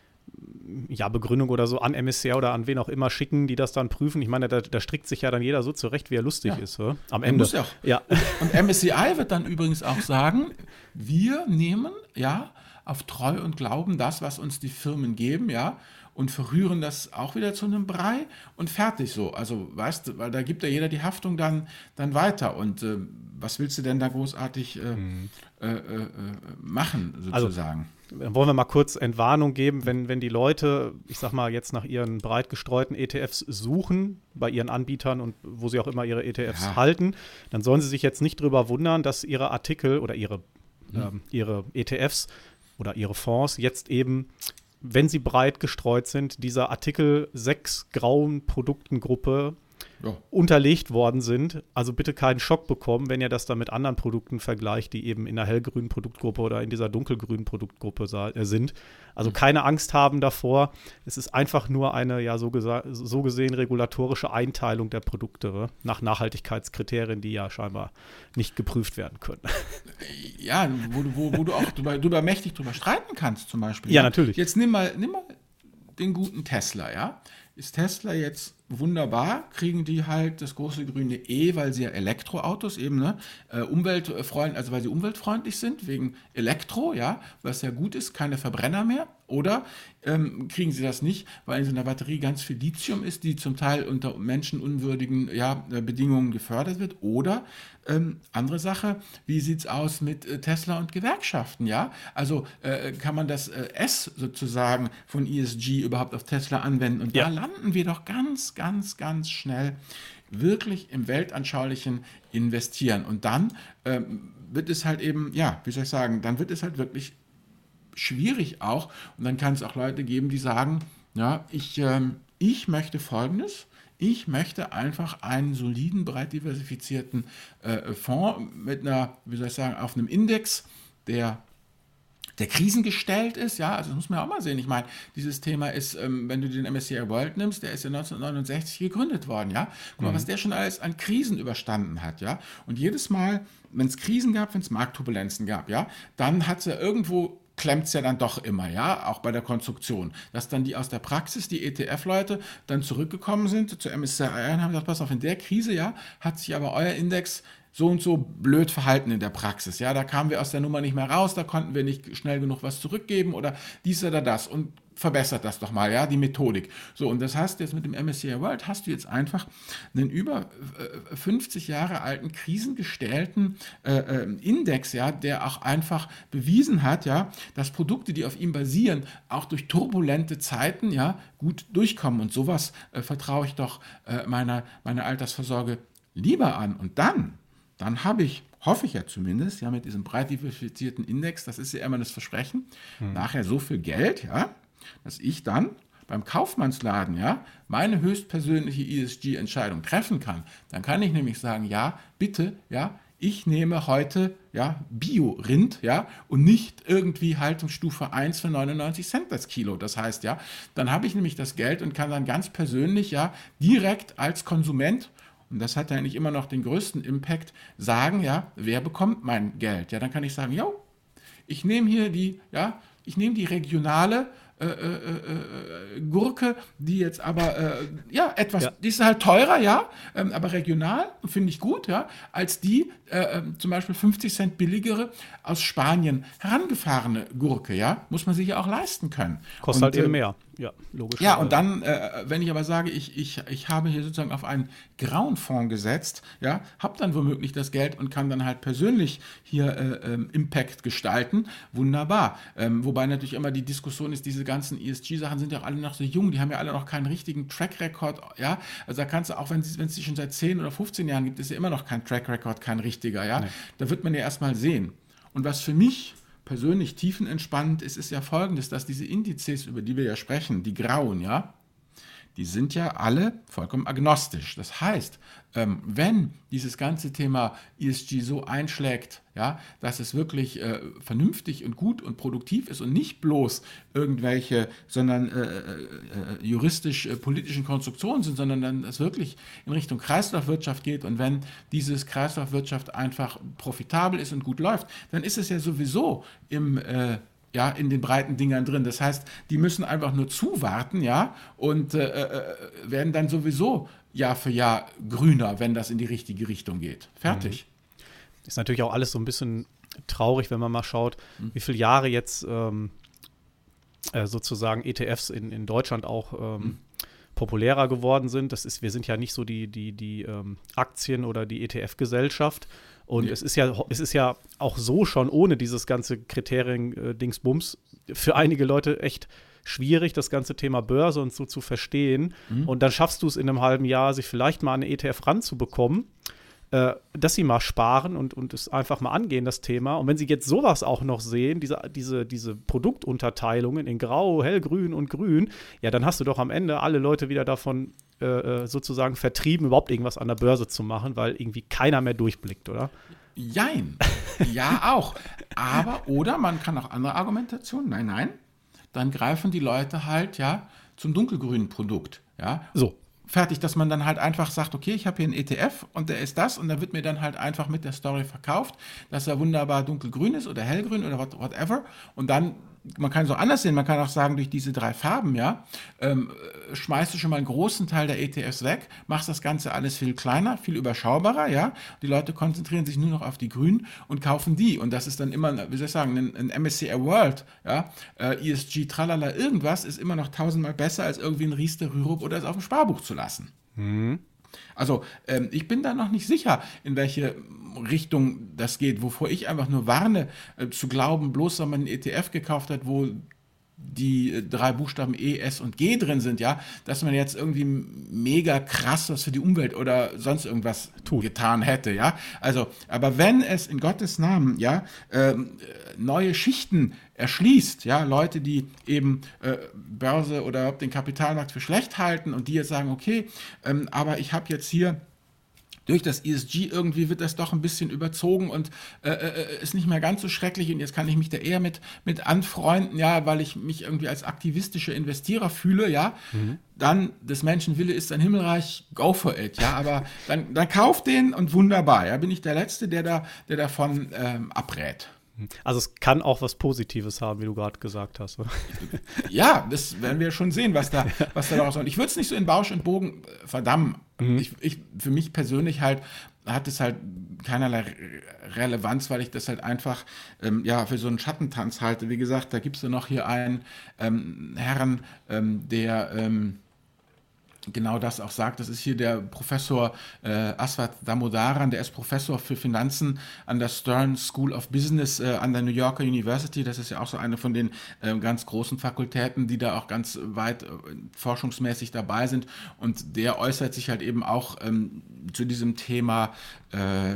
ja, Begründung oder so an M S C R oder an wen auch immer schicken, die das dann prüfen. Ich meine, da, da strickt sich ja dann jeder so zurecht, wie er lustig ja. ist. Oder? Am Ende. Muss ja auch. Ja. Und, und M S C I wird dann übrigens auch sagen, wir nehmen ja auf Treu und Glauben das, was uns die Firmen geben, ja, und verrühren das auch wieder zu einem Brei und fertig so. Also, weißt du, weil da gibt ja jeder die Haftung dann, dann weiter. Und äh, was willst du denn da großartig äh, mhm. äh, äh, machen, sozusagen? Also, dann wollen wir mal kurz Entwarnung geben, wenn, wenn die Leute, ich sag mal, jetzt nach ihren breit gestreuten E T Fs suchen, bei ihren Anbietern und wo sie auch immer ihre E T Fs ja. halten, dann sollen sie sich jetzt nicht drüber wundern, dass ihre Artikel oder ihre, mhm. ähm, ihre E T Fs oder ihre Fonds jetzt eben, wenn sie breit gestreut sind, dieser Artikel sechs grauen Produktengruppe ja. unterlegt worden sind. Also bitte keinen Schock bekommen, wenn ihr das dann mit anderen Produkten vergleicht, die eben in der hellgrünen Produktgruppe oder in dieser dunkelgrünen Produktgruppe sind. Also keine Angst haben davor. Es ist einfach nur eine, ja, so, gesa- so gesehen regulatorische Einteilung der Produkte nach Nachhaltigkeitskriterien, die ja scheinbar nicht geprüft werden können. Ja, wo, wo, wo du auch drüber, drüber mächtig drüber streiten kannst, zum Beispiel. Ja, natürlich. Jetzt nimm mal, nimm mal den guten Tesla, ja. Ist Tesla jetzt wunderbar, kriegen die halt das große grüne E, weil sie ja Elektroautos eben, ne, äh, umweltfreundlich, also weil sie umweltfreundlich sind, wegen Elektro, ja, was ja gut ist, keine Verbrenner mehr, Oder ähm, kriegen sie das nicht, weil in so einer Batterie ganz viel Lithium ist, die zum Teil unter menschenunwürdigen ja, Bedingungen gefördert wird. Oder ähm, andere Sache, wie sieht es aus mit äh, Tesla und Gewerkschaften? Ja? Also äh, kann man das äh, S sozusagen von E S G überhaupt auf Tesla anwenden? Und Ja. da landen wir doch ganz, ganz, ganz schnell wirklich im weltanschaulichen Investieren. Und dann ähm, wird es halt eben, ja, wie soll ich sagen, dann wird es halt wirklich schwierig auch. Und dann kann es auch Leute geben, die sagen, ja, ich, ähm, ich möchte Folgendes. Ich möchte einfach einen soliden, breit diversifizierten äh, Fonds mit einer, wie soll ich sagen, auf einem Index, der der krisengestellt ist, ja, also das muss man ja auch mal sehen. Ich meine, dieses Thema ist, ähm, wenn du den M S C I World nimmst, der ist ja neunzehnhundertneunundsechzig gegründet worden, ja. Guck mal, mhm. was der schon alles an Krisen überstanden hat, ja. Und jedes Mal, wenn es Krisen gab, wenn es Marktturbulenzen gab, ja, dann hat es ja irgendwo klemmt es ja dann doch immer, ja, auch bei der Konstruktion. Dass dann die aus der Praxis, die E T F-Leute, dann zurückgekommen sind zur M S C I und haben gesagt, pass auf, in der Krise, ja, hat sich aber euer Index so und so blöd verhalten in der Praxis. Ja, da kamen wir aus der Nummer nicht mehr raus, da konnten wir nicht schnell genug was zurückgeben oder dies oder das und verbessert das doch mal, ja, die Methodik. So, und das heißt, jetzt mit dem M S C I World hast du jetzt einfach einen über fünfzig Jahre alten, krisengestellten äh, Index, ja, der auch einfach bewiesen hat, ja, dass Produkte, die auf ihm basieren, auch durch turbulente Zeiten, ja, gut durchkommen. Und sowas äh, vertraue ich doch äh, meiner, meiner Altersvorsorge lieber an. Und dann Dann habe ich, hoffe ich ja zumindest, ja mit diesem breit diversifizierten Index, das ist ja immer das Versprechen, hm. nachher so viel Geld, ja, dass ich dann beim Kaufmannsladen, ja, meine höchstpersönliche E S G-Entscheidung treffen kann. Dann kann ich nämlich sagen, ja, bitte, ja, ich nehme heute ja, Bio-Rind, ja, und nicht irgendwie Haltungsstufe eins für neunundneunzig Cent das Kilo. Das heißt, ja, dann habe ich nämlich das Geld und kann dann ganz persönlich, ja, direkt als Konsument, und das hat ja eigentlich immer noch den größten Impact, sagen, ja, wer bekommt mein Geld? Ja, dann kann ich sagen, ja, ich nehme hier die, ja, ich nehme die regionale äh, äh, äh, Gurke, die jetzt aber, äh, ja, etwas, ja. die ist halt teurer, ja, ähm, aber regional, finde ich gut, ja, als die äh, zum Beispiel fünfzig Cent billigere aus Spanien herangefahrene Gurke, ja, muss man sich ja auch leisten können. Kostet und, halt eben äh, mehr, ja, logisch. Ja, und dann, äh, wenn ich aber sage, ich, ich, ich habe hier sozusagen auf einen grauen Fonds gesetzt, ja, habe dann womöglich das Geld und kann dann halt persönlich hier äh, ähm, Impact gestalten, wunderbar. Ähm, wobei natürlich immer die Diskussion ist, diese ganzen E S G-Sachen sind ja auch alle noch so jung, die haben ja alle noch keinen richtigen Track-Record, ja, also da kannst du, auch wenn es sie schon seit zehn oder fünfzehn Jahren gibt, ist ja immer noch kein Track-Record, kein richtiger, ja, nee. Da wird man ja erstmal sehen. Und was für mich persönlich tiefenentspannend ist, ist ja Folgendes, dass diese Indizes, über die wir ja sprechen, die grauen, ja, die sind ja alle vollkommen agnostisch. Das heißt, ähm, wenn dieses ganze Thema E S G so einschlägt, ja, dass es wirklich äh, vernünftig und gut und produktiv ist und nicht bloß irgendwelche, sondern äh, äh, juristisch-politischen äh, Konstruktionen sind, sondern dann es wirklich in Richtung Kreislaufwirtschaft geht und wenn dieses Kreislaufwirtschaft einfach profitabel ist und gut läuft, dann ist es ja sowieso im äh, ja, in den breiten Dingern drin. Das heißt, die müssen einfach nur zuwarten, ja, und äh, äh, werden dann sowieso Jahr für Jahr grüner, wenn das in die richtige Richtung geht. Fertig. Mhm. Ist natürlich auch alles so ein bisschen traurig, wenn man mal schaut, mhm. wie viele Jahre jetzt ähm, äh, sozusagen E T Fs in, in Deutschland auch ähm, mhm. populärer geworden sind. Das ist, wir sind ja nicht so die, die, die ähm, Aktien- oder die E T F-Gesellschaft. Und ja. es ist ja, es ist ja auch so schon ohne dieses ganze Kriterien-Dingsbums für einige Leute echt schwierig, das ganze Thema Börse und so zu verstehen. Mhm. Und dann schaffst du es in einem halben Jahr, sich vielleicht mal an eine E T F ranzubekommen, äh, dass sie mal sparen und, und es einfach mal angehen, das Thema. Und wenn sie jetzt sowas auch noch sehen, diese, diese, diese Produktunterteilungen in Grau, Hellgrün und Grün, ja, dann hast du doch am Ende alle Leute wieder davon äh, sozusagen vertrieben, überhaupt irgendwas an der Börse zu machen, weil irgendwie keiner mehr durchblickt, oder? Jein. Ja, auch. Aber, oder man kann auch andere Argumentationen, nein, nein, dann greifen die Leute halt, ja, zum dunkelgrünen Produkt, ja. So. fertig, dass man dann halt einfach sagt, okay, ich habe hier einen E T F und der ist das und da wird mir dann halt einfach mit der Story verkauft, dass er wunderbar dunkelgrün ist oder hellgrün oder what, whatever und dann, man kann es auch anders sehen, man kann auch sagen, durch diese drei Farben, ja, ähm, schmeißt du schon mal einen großen Teil der E T Fs weg, machst das Ganze alles viel kleiner, viel überschaubarer, ja, die Leute konzentrieren sich nur noch auf die Grünen und kaufen die und das ist dann immer, wie soll ich sagen, ein, ein M S C I World, ja, äh, E S G, tralala, irgendwas ist immer noch tausendmal besser, als irgendwie ein Riester, Rürup oder es auf dem Sparbuch zu lassen. Mhm. Also ähm, ich bin da noch nicht sicher, in welche Richtung das geht, wovor ich einfach nur warne, äh, zu glauben, bloß weil man einen E T F gekauft hat, wo die äh, drei Buchstaben E, S und G drin sind, ja, dass man jetzt irgendwie mega krass was für die Umwelt oder sonst irgendwas Tut. getan hätte, ja. Also, aber wenn es in Gottes Namen, ja, ähm, neue Schichten erschließt, ja, Leute, die eben äh, Börse oder den Kapitalmarkt für schlecht halten und die jetzt sagen, okay, ähm, aber ich habe jetzt hier durch das E S G irgendwie wird das doch ein bisschen überzogen und äh, äh, ist nicht mehr ganz so schrecklich und jetzt kann ich mich da eher mit, mit anfreunden, ja, weil ich mich irgendwie als aktivistischer Investierer fühle, ja, mhm. Dann des Menschen Wille ist sein Himmelreich, go for it, ja, aber dann, dann kauft den und wunderbar, ja, bin ich der Letzte, der da, der davon ähm, abrät. Also es kann auch was Positives haben, wie du gerade gesagt hast. Ja, das werden wir schon sehen, was da, was da daraus kommt. Ich würde es nicht so in Bausch und Bogen verdammen. Mhm. Ich, ich, für mich persönlich halt hat es halt keinerlei Relevanz, weil ich das halt einfach ähm, ja, für so einen Schattentanz halte. Wie gesagt, da gibt es ja noch hier einen ähm, Herrn, ähm, der ähm, genau das auch sagt. Das ist hier der Professor äh, Aswath Damodaran, der ist Professor für Finanzen an der Stern School of Business äh, an der New Yorker University. Das ist ja auch so eine von den äh, ganz großen Fakultäten, die da auch ganz weit äh, forschungsmäßig dabei sind. Und der äußert sich halt eben auch ähm, zu diesem Thema äh,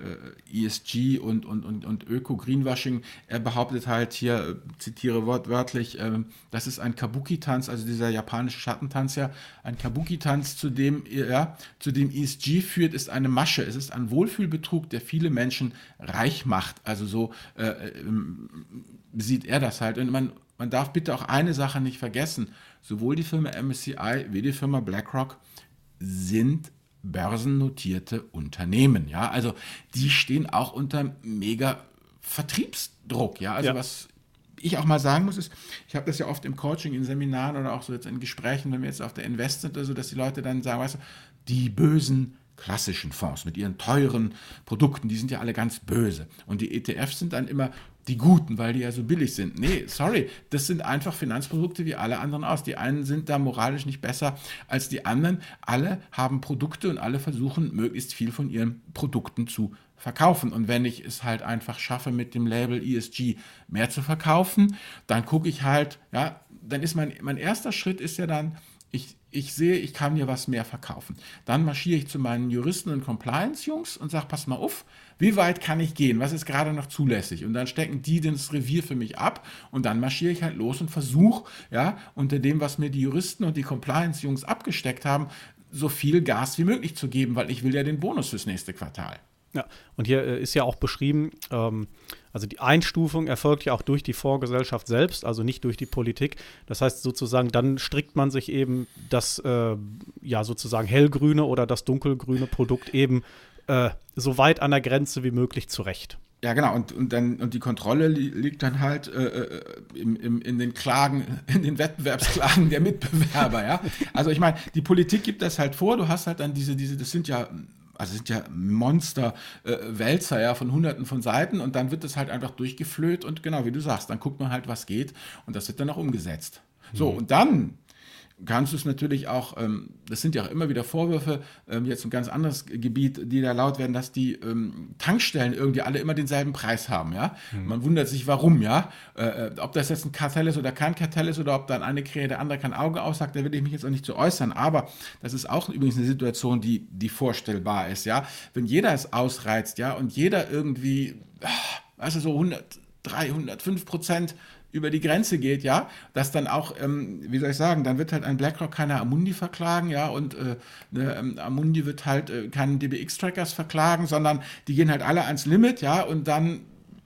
E S G und, und, und, und Öko-Greenwashing. Er behauptet halt hier, zitiere wortwörtlich, äh, das ist ein Kabuki-Tanz, also dieser japanische Schattentanz ja, ein Kabuki-Tanz, zu dem, ja, zu dem E S G führt, ist eine Masche. Es ist ein Wohlfühlbetrug, der viele Menschen reich macht. Also so äh, äh, sieht er das halt. Und man, man darf bitte auch eine Sache nicht vergessen. Sowohl die Firma M S C I wie die Firma BlackRock sind börsennotierte Unternehmen. Ja? Also die stehen auch unter mega Vertriebsdruck. Ja? Also ja. Was ich auch mal sagen muss, ist, ich habe das ja oft im Coaching, in Seminaren oder auch so jetzt in Gesprächen, wenn wir jetzt auf der Invest sind oder so, dass die Leute dann sagen, weißt du, die bösen klassischen Fonds mit ihren teuren Produkten, die sind ja alle ganz böse. Und die E T Fs sind dann immer die Guten, weil die ja so billig sind. Nee, sorry, das sind einfach Finanzprodukte wie alle anderen aus. Die einen sind da moralisch nicht besser als die anderen. Alle haben Produkte und alle versuchen, möglichst viel von ihren Produkten zu verkaufen. Und wenn ich es halt einfach schaffe, mit dem Label E S G mehr zu verkaufen, dann gucke ich halt, ja, dann ist mein, mein erster Schritt ist ja dann, ich, ich sehe, ich kann mir was mehr verkaufen. Dann marschiere ich zu meinen Juristen und Compliance-Jungs und sage, pass mal auf, wie weit kann ich gehen? Was ist gerade noch zulässig? Und dann stecken die das Revier für mich ab und dann marschiere ich halt los und versuche, ja, unter dem, was mir die Juristen und die Compliance-Jungs abgesteckt haben, so viel Gas wie möglich zu geben, weil ich will ja den Bonus fürs nächste Quartal. Ja, und hier äh, ist ja auch beschrieben, ähm, also die Einstufung erfolgt ja auch durch die Fondsgesellschaft selbst, also nicht durch die Politik. Das heißt sozusagen, dann strickt man sich eben das äh, ja sozusagen hellgrüne oder das dunkelgrüne Produkt eben äh, so weit an der Grenze wie möglich zurecht. Ja, genau, und, und, dann, und die Kontrolle li- liegt dann halt äh, im, im, in den Klagen, in den Wettbewerbsklagen der Mitbewerber, ja. Also ich meine, die Politik gibt das halt vor, du hast halt dann diese, diese, das sind ja Also sind ja Monster-Wälzer, äh, ja, von hunderten von Seiten und dann wird das halt einfach durchgeflöht und genau, wie du sagst, dann guckt man halt, was geht und das wird dann auch umgesetzt. Mhm. So, und dann kannst du es natürlich auch, ähm, das sind ja auch immer wieder Vorwürfe, ähm, jetzt ein ganz anderes Gebiet, die da laut werden, dass die ähm, Tankstellen irgendwie alle immer denselben Preis haben, ja. Mhm. Man wundert sich, warum, ja. Äh, ob das jetzt ein Kartell ist oder kein Kartell ist oder ob dann eine Krähe der andere kein Auge aussagt, da will ich mich jetzt auch nicht zu äußern, aber das ist auch übrigens eine Situation, die, die vorstellbar ist, ja. Wenn jeder es ausreizt, ja, und jeder irgendwie, also so hundert, dreihundert, fünf Prozent über die Grenze geht, ja, dass dann auch, ähm, wie soll ich sagen, dann wird halt ein BlackRock keine Amundi verklagen, ja, und äh, eine, ähm, Amundi wird halt äh, keinen D B X-Trackers verklagen, sondern die gehen halt alle ans Limit, ja, und dann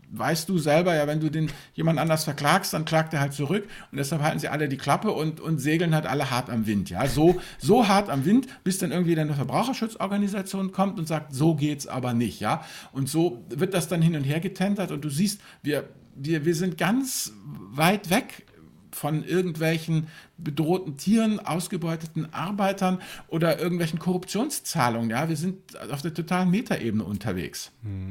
weißt du selber ja, wenn du den jemand anders verklagst, dann klagt er halt zurück und deshalb halten sie alle die Klappe und, und segeln halt alle hart am Wind. Ja? So, so hart am Wind, bis dann irgendwie eine Verbraucherschutzorganisation kommt und sagt, so geht's aber nicht. Ja? Und so wird das dann hin und her getendert und du siehst, wir, wir, wir sind ganz weit weg von irgendwelchen bedrohten Tieren, ausgebeuteten Arbeitern oder irgendwelchen Korruptionszahlungen. Ja? Wir sind auf der totalen Metaebene unterwegs. Mhm.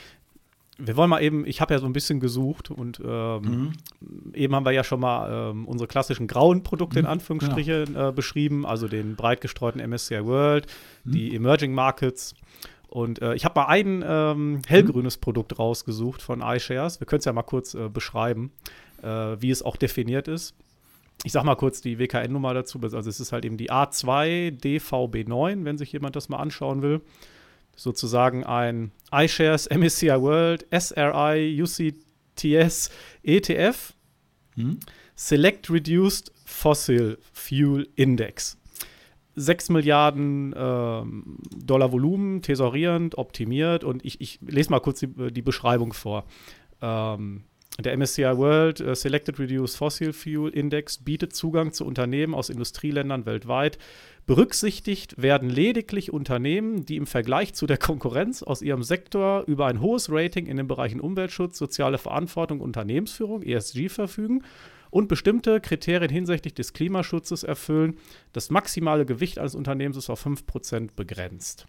Wir wollen mal eben, ich habe ja so ein bisschen gesucht und ähm, mhm. eben haben wir ja schon mal ähm, unsere klassischen grauen Produkte in Anführungsstrichen genau. äh, beschrieben, also den breit gestreuten M S C I World, mhm. die Emerging Markets. Und äh, ich habe mal ein ähm, hellgrünes mhm. Produkt rausgesucht von iShares. Wir können es ja mal kurz äh, beschreiben, äh, wie es auch definiert ist. Ich sag mal kurz die W K N-Nummer dazu. Also es ist halt eben die A zwei D V B neun, wenn sich jemand das mal anschauen will. Sozusagen ein iShares M S C I World S R I U C T S E T F hm? Select Reduced Fossil Fuel Index. sechs Milliarden ähm, Dollar Volumen, tesorierend, optimiert. Und ich, ich lese mal kurz die, die Beschreibung vor. Ähm, Der M S C I World uh, Selected Reduced Fossil Fuel Index bietet Zugang zu Unternehmen aus Industrieländern weltweit. Berücksichtigt werden lediglich Unternehmen, die im Vergleich zu der Konkurrenz aus ihrem Sektor über ein hohes Rating in den Bereichen Umweltschutz, soziale Verantwortung, Unternehmensführung, E S G verfügen und bestimmte Kriterien hinsichtlich des Klimaschutzes erfüllen. Das maximale Gewicht eines Unternehmens ist auf fünf Prozent begrenzt.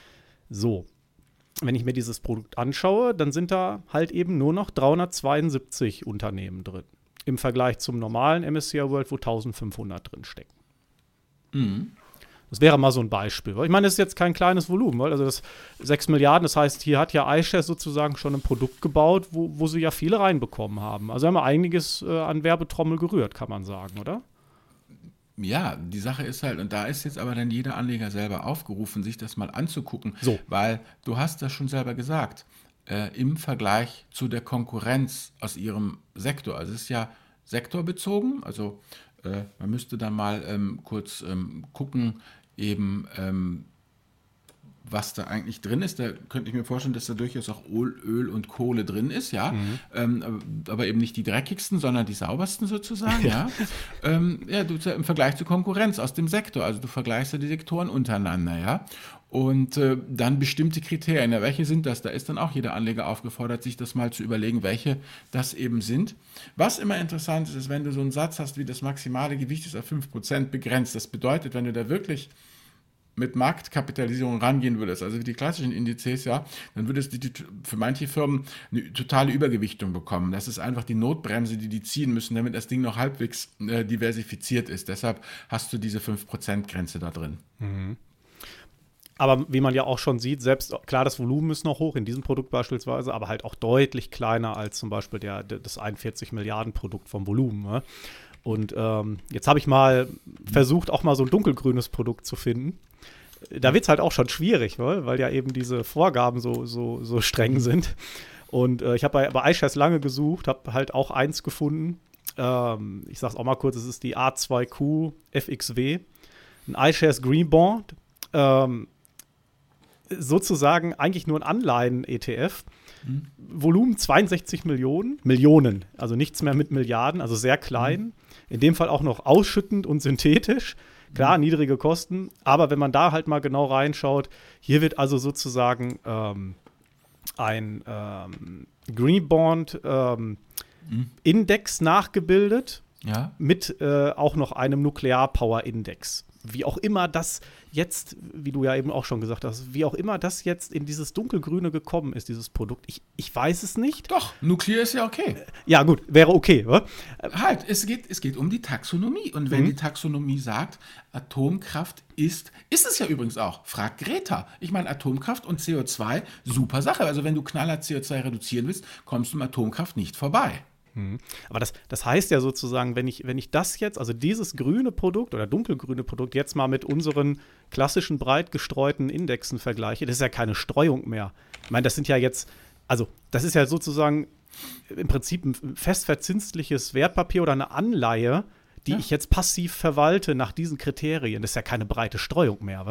So. Wenn ich mir dieses Produkt anschaue, dann sind da halt eben nur noch dreihundertzweiundsiebzig Unternehmen drin. Im Vergleich zum normalen M S C I World, wo eintausendfünfhundert drin stecken. Mhm. Das wäre mal so ein Beispiel. Ich meine, das ist jetzt kein kleines Volumen, weil also das sechs Milliarden, das heißt, hier hat ja iShares sozusagen schon ein Produkt gebaut, wo, wo sie ja viele reinbekommen haben. Also haben wir einiges äh, an Werbetrommel gerührt, kann man sagen, oder? Ja, die Sache ist halt, und da ist jetzt aber dann jeder Anleger selber aufgerufen, sich das mal anzugucken, so. Weil du hast das schon selber gesagt, äh, im Vergleich zu der Konkurrenz aus ihrem Sektor, also es ist ja sektorbezogen, also äh, man müsste dann mal ähm, kurz ähm, gucken, eben ähm, was da eigentlich drin ist. Da könnte ich mir vorstellen, dass da durchaus auch Öl und Kohle drin ist, ja. Mhm. Ähm, aber eben nicht die dreckigsten, sondern die saubersten sozusagen, ja. ja. Ähm, ja, du im Vergleich zur Konkurrenz aus dem Sektor, also du vergleichst ja die Sektoren untereinander, ja. Und äh, dann bestimmte Kriterien. Ja, welche sind das? Da ist dann auch jeder Anleger aufgefordert, sich das mal zu überlegen, welche das eben sind. Was immer interessant ist, ist, wenn du so einen Satz hast, wie das maximale Gewicht ist auf fünf Prozent begrenzt. Das bedeutet, wenn du da wirklich mit Marktkapitalisierung rangehen würdest, also wie die klassischen Indizes, ja, dann würdest du für manche Firmen eine totale Übergewichtung bekommen. Das ist einfach die Notbremse, die die ziehen müssen, damit das Ding noch halbwegs äh, diversifiziert ist. Deshalb hast du diese fünf Prozent Grenze da drin. Mhm. Aber wie man ja auch schon sieht, selbst, klar, das Volumen ist noch hoch, in diesem Produkt beispielsweise, aber halt auch deutlich kleiner als zum Beispiel der, das einundvierzig Milliarden Produkt vom Volumen. Ne? Und ähm, jetzt habe ich mal versucht, auch mal so ein dunkelgrünes Produkt zu finden. Da wird es halt auch schon schwierig, ne? Weil ja eben diese Vorgaben so, so, so streng sind. Und äh, ich habe bei, bei iShares lange gesucht, habe halt auch eins gefunden. Ähm, ich sage es auch mal kurz, es ist die A zwei Q F X W, ein iShares Green Bond. Ähm, sozusagen eigentlich nur ein Anleihen-E T F. Mhm. Volumen zweiundsechzig Millionen. Millionen, also nichts mehr mit Milliarden, also sehr klein. Mhm. In dem Fall auch noch ausschüttend und synthetisch. Klar, mhm. niedrige Kosten, aber wenn man da halt mal genau reinschaut, hier wird also sozusagen ähm, ein ähm, Green Bond ähm, mhm. Index nachgebildet, ja. mit äh, auch noch einem Nuklear-Power-Index. Wie auch immer das jetzt, wie du ja eben auch schon gesagt hast, wie auch immer das jetzt in dieses Dunkelgrüne gekommen ist, dieses Produkt, ich, ich weiß es nicht. Doch, Nuklear ist ja okay. Ja gut, wäre okay, oder? Halt, es geht, es geht um die Taxonomie. Und wenn mhm. die Taxonomie sagt, Atomkraft ist, ist es ja übrigens auch, fragt Greta. Ich meine, Atomkraft und C O zwei, super Sache. Also wenn du knallhart C O zwei reduzieren willst, kommst du um Atomkraft nicht vorbei. Aber das, das heißt ja sozusagen, wenn ich, wenn ich das jetzt, also dieses grüne Produkt oder dunkelgrüne Produkt jetzt mal mit unseren klassischen breit gestreuten Indexen vergleiche, das ist ja keine Streuung mehr. Ich meine, das sind ja jetzt, also das ist ja sozusagen im Prinzip ein festverzinsliches Wertpapier oder eine Anleihe, die ja. ich jetzt passiv verwalte nach diesen Kriterien. Das ist ja keine breite Streuung mehr, wa?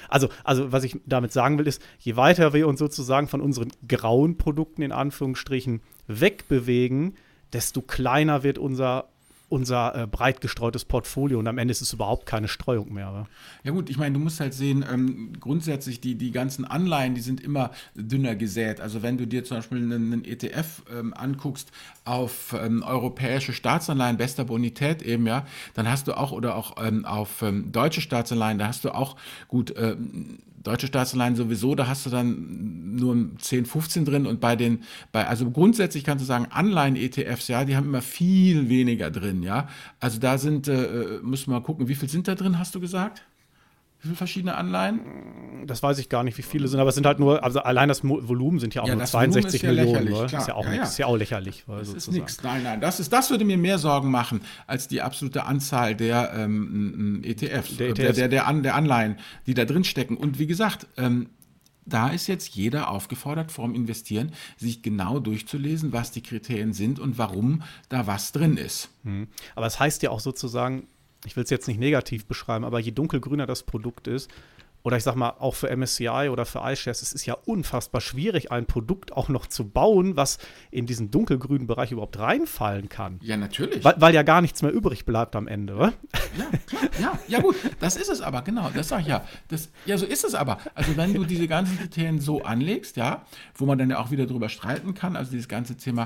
Also, also was ich damit sagen will, ist, je weiter wir uns sozusagen von unseren grauen Produkten in Anführungsstrichen wegbewegen, desto kleiner wird unser, unser äh, breit gestreutes Portfolio und am Ende ist es überhaupt keine Streuung mehr. Oder? Ja gut, ich meine, du musst halt sehen, ähm, grundsätzlich die, die ganzen Anleihen, die sind immer dünner gesät. Also wenn du dir zum Beispiel einen, einen E T F ähm, anguckst auf ähm, europäische Staatsanleihen bester Bonität eben, ja, dann hast du auch, oder auch ähm, auf ähm, deutsche Staatsanleihen, da hast du auch gut ähm, deutsche Staatsanleihen sowieso, da hast du dann nur zehn, fünfzehn drin und bei den, bei, also grundsätzlich kannst du sagen, Anleihen-E T Fs, ja, die haben immer viel weniger drin, ja. Also da sind, äh, müssen wir mal gucken, wie viel sind da drin, hast du gesagt? Wie viele verschiedene Anleihen? Das weiß ich gar nicht, wie viele sind, aber es sind halt nur, also allein das Mo- Volumen sind ja auch Ja, nur das Volumen zweiundsechzig ist ja Millionen. lächerlich, Oder? klar. Ist ja auch Ja, nichts, ja. ist ja auch lächerlich. Das sozusagen. ist nichts. Nein, nein, das, ist, das würde mir mehr Sorgen machen als die absolute Anzahl der ähm, E T Fs, Der äh, E T der, Fs. der, der, An, der Anleihen, die da drin stecken. Und wie gesagt, ähm, da ist jetzt jeder aufgefordert, vorm Investieren, sich genau durchzulesen, was die Kriterien sind und warum da was drin ist. Mhm. Aber es heißt ja auch sozusagen, ich will es jetzt nicht negativ beschreiben, aber je dunkelgrüner das Produkt ist, oder ich sag mal, auch für M S C I oder für iShares, es ist ja unfassbar schwierig, ein Produkt auch noch zu bauen, was in diesen dunkelgrünen Bereich überhaupt reinfallen kann. Ja, natürlich. Weil, weil ja gar nichts mehr übrig bleibt am Ende, oder? Ja, klar. Ja, ja, gut, das ist es aber, genau, das sag ich ja. Das, ja, so ist es aber. Also wenn du diese ganzen Kriterien so anlegst, ja, wo man dann ja auch wieder drüber streiten kann, also dieses ganze Thema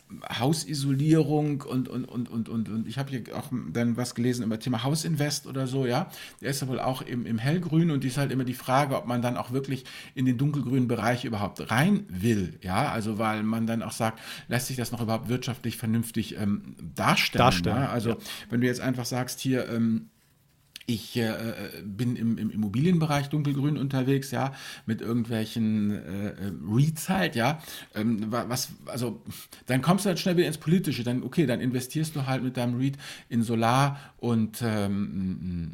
Hausisolierung und, und, und, und, und, und ich habe hier auch dann was gelesen über Thema Hausinvest oder so, ja. Der ist ja wohl auch im, im Hellgrün und die ist halt immer die Frage, ob man dann auch wirklich in den dunkelgrünen Bereich überhaupt rein will, ja. Also weil man dann auch sagt, lässt sich das noch überhaupt wirtschaftlich vernünftig ähm, darstellen. Darstellen, ja? Also ja. wenn du jetzt einfach sagst, hier, ähm, ich äh, bin im, im Immobilienbereich dunkelgrün unterwegs, ja, mit irgendwelchen äh, REITs halt, ja, ähm, was, also, dann kommst du halt schnell wieder ins Politische, dann, okay, dann investierst du halt mit deinem REIT in Solar und ähm,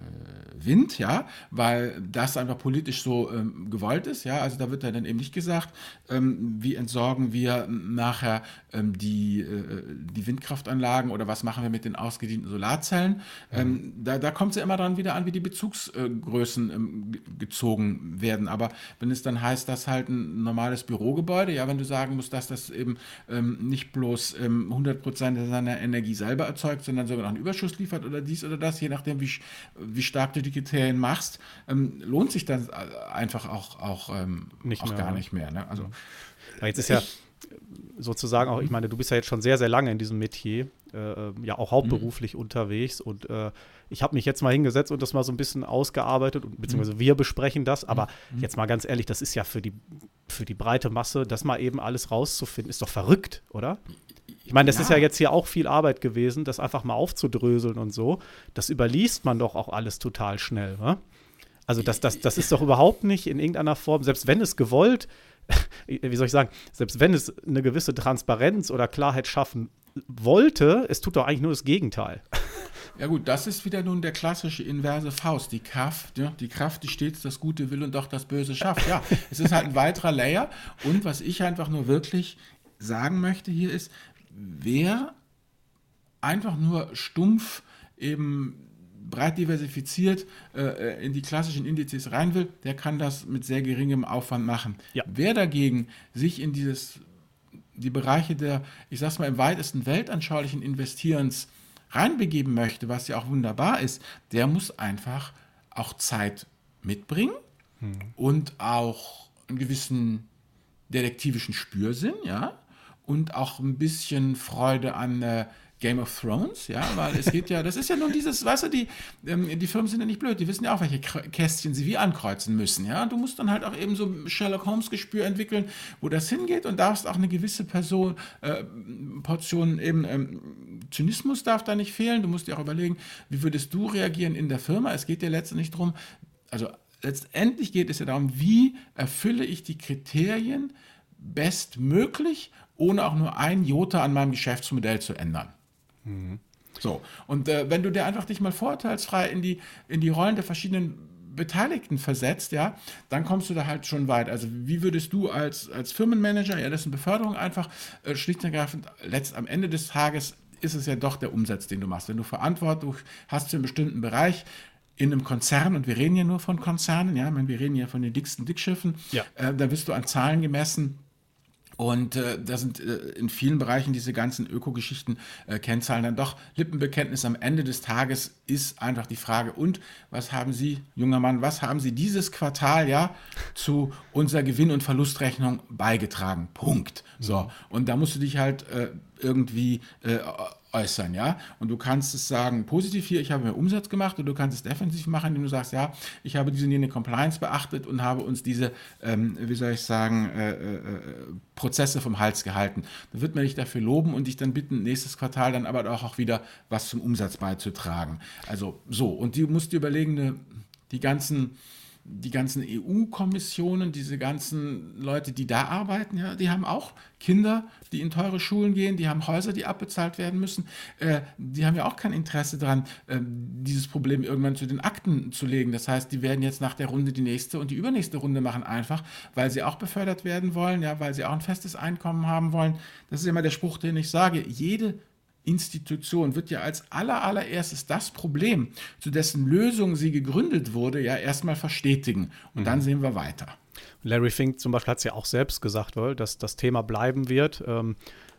äh, Wind, ja, weil das einfach politisch so ähm, gewollt ist, ja, also da wird dann eben nicht gesagt, ähm, wie entsorgen wir nachher ähm, die, äh, die Windkraftanlagen oder was machen wir mit den ausgedienten Solarzellen, ähm, mhm. da, da kommt es ja immer dann wieder an, wie die Bezugsgrößen ähm, gezogen werden. Aber wenn es dann heißt, dass halt ein normales Bürogebäude, ja, wenn du sagen musst, dass das eben ähm, nicht bloß ähm, hundert Prozent seiner Energie selber erzeugt, sondern sogar noch einen Überschuss liefert oder dies oder das, je nachdem, wie, wie stark du die Kriterien machst, ähm, lohnt sich das einfach auch, auch, ähm, nicht auch mehr, gar ne? nicht mehr. Ne? Also, Aber jetzt ist ja sozusagen auch, ich meine, du bist ja jetzt schon sehr, sehr lange in diesem Metier, äh, ja auch hauptberuflich mhm. unterwegs und äh, ich habe mich jetzt mal hingesetzt und das mal so ein bisschen ausgearbeitet, und, beziehungsweise wir besprechen das, aber mhm. jetzt mal ganz ehrlich, das ist ja für die, für die breite Masse, das mal eben alles rauszufinden, ist doch verrückt, oder? Ich meine, das ja. ist ja jetzt hier auch viel Arbeit gewesen, das einfach mal aufzudröseln und so, das überliest man doch auch alles total schnell, ne? Also das, das, das ist doch überhaupt nicht in irgendeiner Form, selbst wenn es gewollt, wie soll ich sagen, selbst wenn es eine gewisse Transparenz oder Klarheit schaffen wollte, es tut doch eigentlich nur das Gegenteil. Ja gut, das ist wieder nun der klassische inverse Faust. Die Kraft, ja, die Kraft, die stets das Gute will und doch das Böse schafft. Ja, es ist halt ein weiterer Layer. Und was ich einfach nur wirklich sagen möchte hier ist, wer einfach nur stumpf eben breit diversifiziert äh, in die klassischen Indizes rein will, der kann das mit sehr geringem Aufwand machen. Ja. Wer dagegen sich in dieses, die Bereiche der, ich sag's mal, im weitesten weltanschaulichen Investierens reinbegeben möchte, was ja auch wunderbar ist, der muss einfach auch Zeit mitbringen hm. und auch einen gewissen detektivischen Spürsinn, ja, und auch ein bisschen Freude an äh, Game of Thrones, ja, weil es geht ja, das ist ja nun dieses, weißt du, die, ähm, die Firmen sind ja nicht blöd, die wissen ja auch, welche Kästchen sie wie ankreuzen müssen, ja, du musst dann halt auch eben so Sherlock Holmes Gespür entwickeln, wo das hingeht und darfst auch eine gewisse Person, äh, Portion eben ähm, Zynismus darf da nicht fehlen, du musst dir auch überlegen, wie würdest du reagieren in der Firma, es geht ja letztendlich darum, also letztendlich geht es ja darum, wie erfülle ich die Kriterien bestmöglich, ohne auch nur ein Jota an meinem Geschäftsmodell zu ändern. Mhm. So, und äh, wenn du dir einfach dich mal vorurteilsfrei in die, in die Rollen der verschiedenen Beteiligten versetzt, ja, dann kommst du da halt schon weit. Also wie würdest du als, als Firmenmanager, ja, das ist eine Beförderung einfach, äh, schlicht und ergreifend, letzt am Ende des Tages ist es ja doch der Umsatz, den du machst. Wenn du Verantwortung hast für einen bestimmten Bereich, in einem Konzern, und wir reden ja nur von Konzernen, ja, ich meine, wir reden ja von den dicksten Dickschiffen, Ja. äh, da wirst du an Zahlen gemessen. Und äh, da sind äh, in vielen Bereichen diese ganzen Ökogeschichten äh, Kennzahlen dann doch Lippenbekenntnis. Am Ende des Tages ist einfach die Frage, und was haben Sie, junger Mann, was haben Sie dieses Quartal ja zu unserer Gewinn- und Verlustrechnung beigetragen? Punkt. So, und da musst du dich halt äh, irgendwie äh, äußern, ja. Und du kannst es sagen, positiv hier, ich habe mehr Umsatz gemacht, und du kannst es defensiv machen, indem du sagst, ja, ich habe diese und jene Compliance beachtet und habe uns diese, ähm, wie soll ich sagen, äh, äh, Prozesse vom Hals gehalten. Da wird man dich dafür loben und dich dann bitten, nächstes Quartal dann aber auch, auch wieder was zum Umsatz beizutragen. Also so, und du musst dir überlegen, ne, die ganzen die ganzen E U-Kommissionen, diese ganzen Leute, die da arbeiten, ja, die haben auch Kinder, die in teure Schulen gehen, die haben Häuser, die abbezahlt werden müssen. Äh, die haben ja auch kein Interesse daran, äh, dieses Problem irgendwann zu den Akten zu legen. Das heißt, die werden jetzt nach der Runde die nächste und die übernächste Runde machen, einfach, weil sie auch befördert werden wollen, ja, weil sie auch ein festes Einkommen haben wollen. Das ist immer der Spruch, den ich sage. Jede Institution wird ja als aller, allererstes das Problem, zu dessen Lösung sie gegründet wurde, ja erstmal verstetigen. Und mhm. dann sehen wir weiter. Larry Fink zum Beispiel hat es ja auch selbst gesagt, dass das Thema bleiben wird ähm,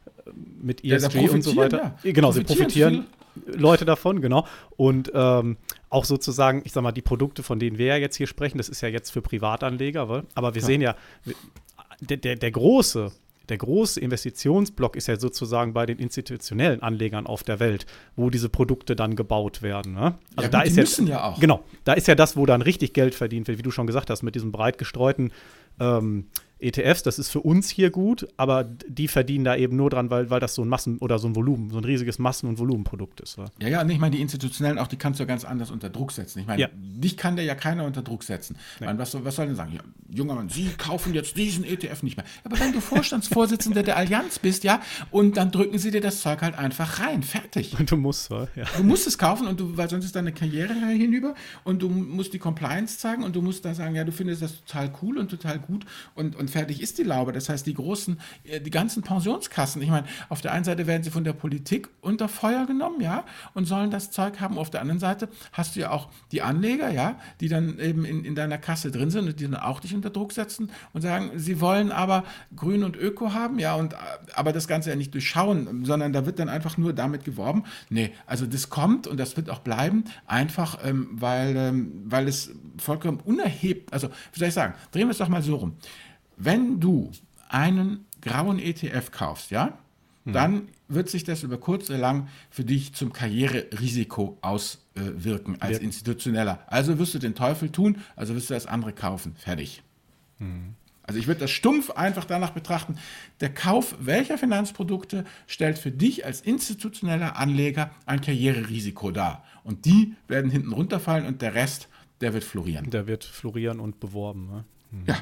mit E S G ja, und so weiter. Ja. Genau, sie profitieren Leute davon, genau. Und ähm, auch sozusagen, ich sag mal, die Produkte, von denen wir ja jetzt hier sprechen, das ist ja jetzt für Privatanleger, weil, aber wir ja. sehen ja, der, der, der große Der große Investitionsblock ist ja sozusagen bei den institutionellen Anlegern auf der Welt, wo diese Produkte dann gebaut werden. Ne? Also ja, da gut, ist die ja, müssen ja auch. Genau, da ist ja das, wo dann richtig Geld verdient wird, wie du schon gesagt hast, mit diesem breit gestreuten ähm, E T Fs. Das ist für uns hier gut, aber die verdienen da eben nur dran, weil, weil das so ein Massen- oder so ein Volumen, so ein riesiges Massen- und Volumenprodukt ist. Wa? Ja, ja, und ich meine, die institutionellen, auch die kannst du ja ganz anders unter Druck setzen. Ich meine, ja. dich kann da ja keiner unter Druck setzen. Nee. Meine, was, was soll denn sagen? Ja, junger Mann, Sie kaufen jetzt diesen E T F nicht mehr. Aber wenn du Vorstandsvorsitzender der Allianz bist, ja, und dann drücken sie dir das Zeug halt einfach rein. Fertig. Und du musst, ja. Du musst es kaufen, und du, weil sonst ist deine Karriere hinüber, und du musst die Compliance zeigen, und du musst dann sagen, ja, du findest das total cool und total gut, und, und fertig ist die Laube. Das heißt, die großen, die ganzen Pensionskassen, ich meine, auf der einen Seite werden sie von der Politik unter Feuer genommen, ja, und sollen das Zeug haben. Auf der anderen Seite hast du ja auch die Anleger, ja, die dann eben in, in deiner Kasse drin sind und die dann auch dich unter Druck setzen und sagen, sie wollen aber Grün und Öko haben, ja, und aber das Ganze ja nicht durchschauen, sondern da wird dann einfach nur damit geworben. Nee, also das kommt, und das wird auch bleiben, einfach, ähm, weil, ähm, weil es vollkommen unerhebt, also wie soll ich sagen, drehen wir es doch mal so rum. Wenn du einen grauen E T F kaufst, ja, hm. dann wird sich das über kurz oder lang für dich zum Karriererisiko auswirken als ja. Institutioneller. Also wirst du den Teufel tun, also wirst du das andere kaufen. Fertig. Hm. Also ich würde das stumpf einfach danach betrachten, der Kauf welcher Finanzprodukte stellt für dich als institutioneller Anleger ein Karriererisiko dar. Und die werden hinten runterfallen, und der Rest, der wird florieren. Der wird florieren und beworben. Ne? Hm. Ja.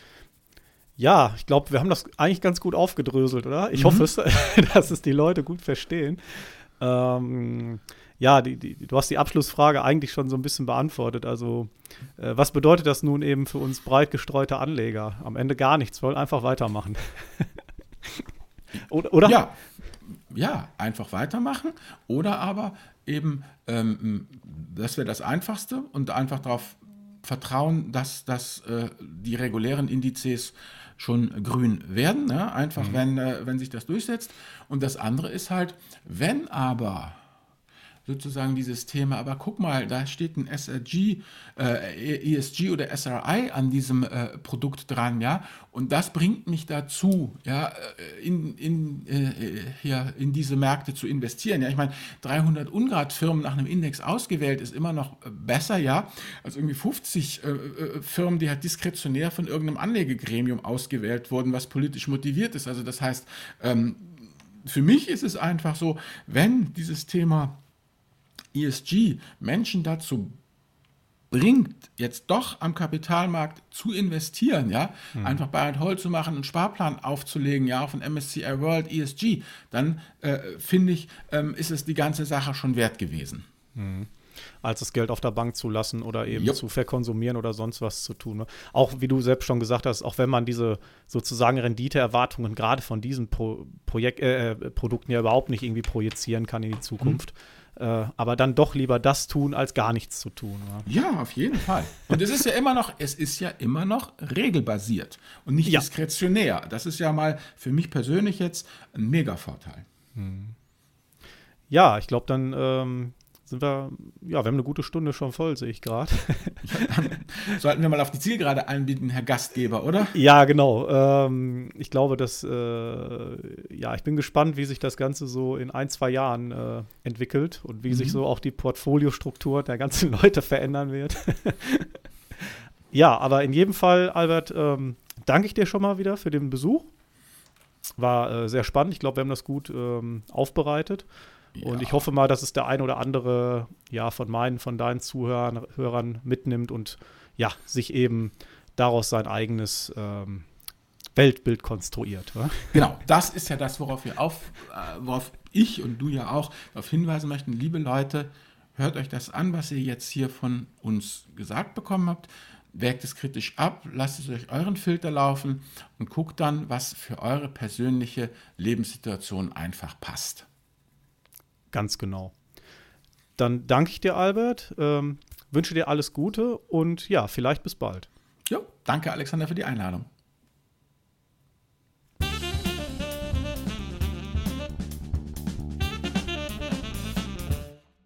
Ja, ich glaube, wir haben das eigentlich ganz gut aufgedröselt, oder? Ich mhm. hoffe, es, dass es die Leute gut verstehen. Ähm, ja, die, die, du hast die Abschlussfrage eigentlich schon so ein bisschen beantwortet. Also, äh, was bedeutet das nun eben für uns breit gestreute Anleger? Am Ende gar nichts, wir wollen einfach weitermachen. oder, oder? Ja. ja, einfach weitermachen. Oder aber eben, ähm, das wäre das Einfachste, und einfach darauf vertrauen, dass, dass äh, die regulären Indizes schon grün werden, ne? Einfach, mhm. wenn, äh, wenn sich das durchsetzt. Und das andere ist halt, wenn aber sozusagen dieses Thema, aber guck mal, da steht ein S R G, äh, E S G oder S R I an diesem äh, Produkt dran, ja, und das bringt mich dazu, ja, in, in, äh, hier in diese Märkte zu investieren. Ja, ich meine, dreihundert Ungrad-Firmen nach einem Index ausgewählt ist immer noch besser, ja, als irgendwie fünfzig äh, Firmen, die halt diskretionär von irgendeinem Anlegegremium ausgewählt wurden, was politisch motiviert ist. Also das heißt, ähm, für mich ist es einfach so, wenn dieses Thema E S G Menschen dazu bringt, jetzt doch am Kapitalmarkt zu investieren, ja, mhm. einfach Buy and Hold zu machen, einen Sparplan aufzulegen, ja, auf ein M S C I World E S G, dann äh, finde ich, ähm, ist es die ganze Sache schon wert gewesen. Mhm. Als das Geld auf der Bank zu lassen oder eben Jupp. zu verkonsumieren oder sonst was zu tun. Ne? Auch wie du selbst schon gesagt hast, auch wenn man diese sozusagen Renditeerwartungen gerade von diesen Pro- Projekt, äh, Produkten ja überhaupt nicht irgendwie projizieren kann in die Zukunft, Äh, aber dann doch lieber das tun, als gar nichts zu tun. Ja, Ja, auf jeden Fall. Und es ist ja immer noch, es ist ja immer noch regelbasiert und nicht Ja. diskretionär. Das ist ja mal für mich persönlich jetzt ein Mega-Vorteil. ja ich glaube, dann ähm, sind wir, ja, wir haben eine gute Stunde schon voll, sehe ich gerade. Sollten wir mal auf die Zielgerade einbieten, Herr Gastgeber, oder? Ja, genau. Ähm, ich glaube, dass, äh, ja, ich bin gespannt, wie sich das Ganze so in ein, zwei Jahren äh, entwickelt und wie sich so auch die Portfoliostruktur der ganzen Leute verändern wird. Ja, aber in jedem Fall, Albert, ähm, danke ich dir schon mal wieder für den Besuch. War äh, sehr spannend. Ich glaube, wir haben das gut ähm, aufbereitet. Und Ja. ich hoffe mal, dass es der ein oder andere ja von meinen, von deinen Zuhörern Hörern mitnimmt und ja, sich eben daraus sein eigenes ähm, Weltbild konstruiert. Ja? Genau, das ist ja das, worauf wir auf, äh, worauf ich und du ja auch darauf hinweisen möchten. Liebe Leute, hört euch das an, was ihr jetzt hier von uns gesagt bekommen habt. Wägt es kritisch ab, lasst es durch euren Filter laufen und guckt dann, was für eure persönliche Lebenssituation einfach passt. Ganz genau. Dann danke ich dir, Albert, ähm, wünsche dir alles Gute und ja, vielleicht bis bald. Jo, danke Alexander für die Einladung.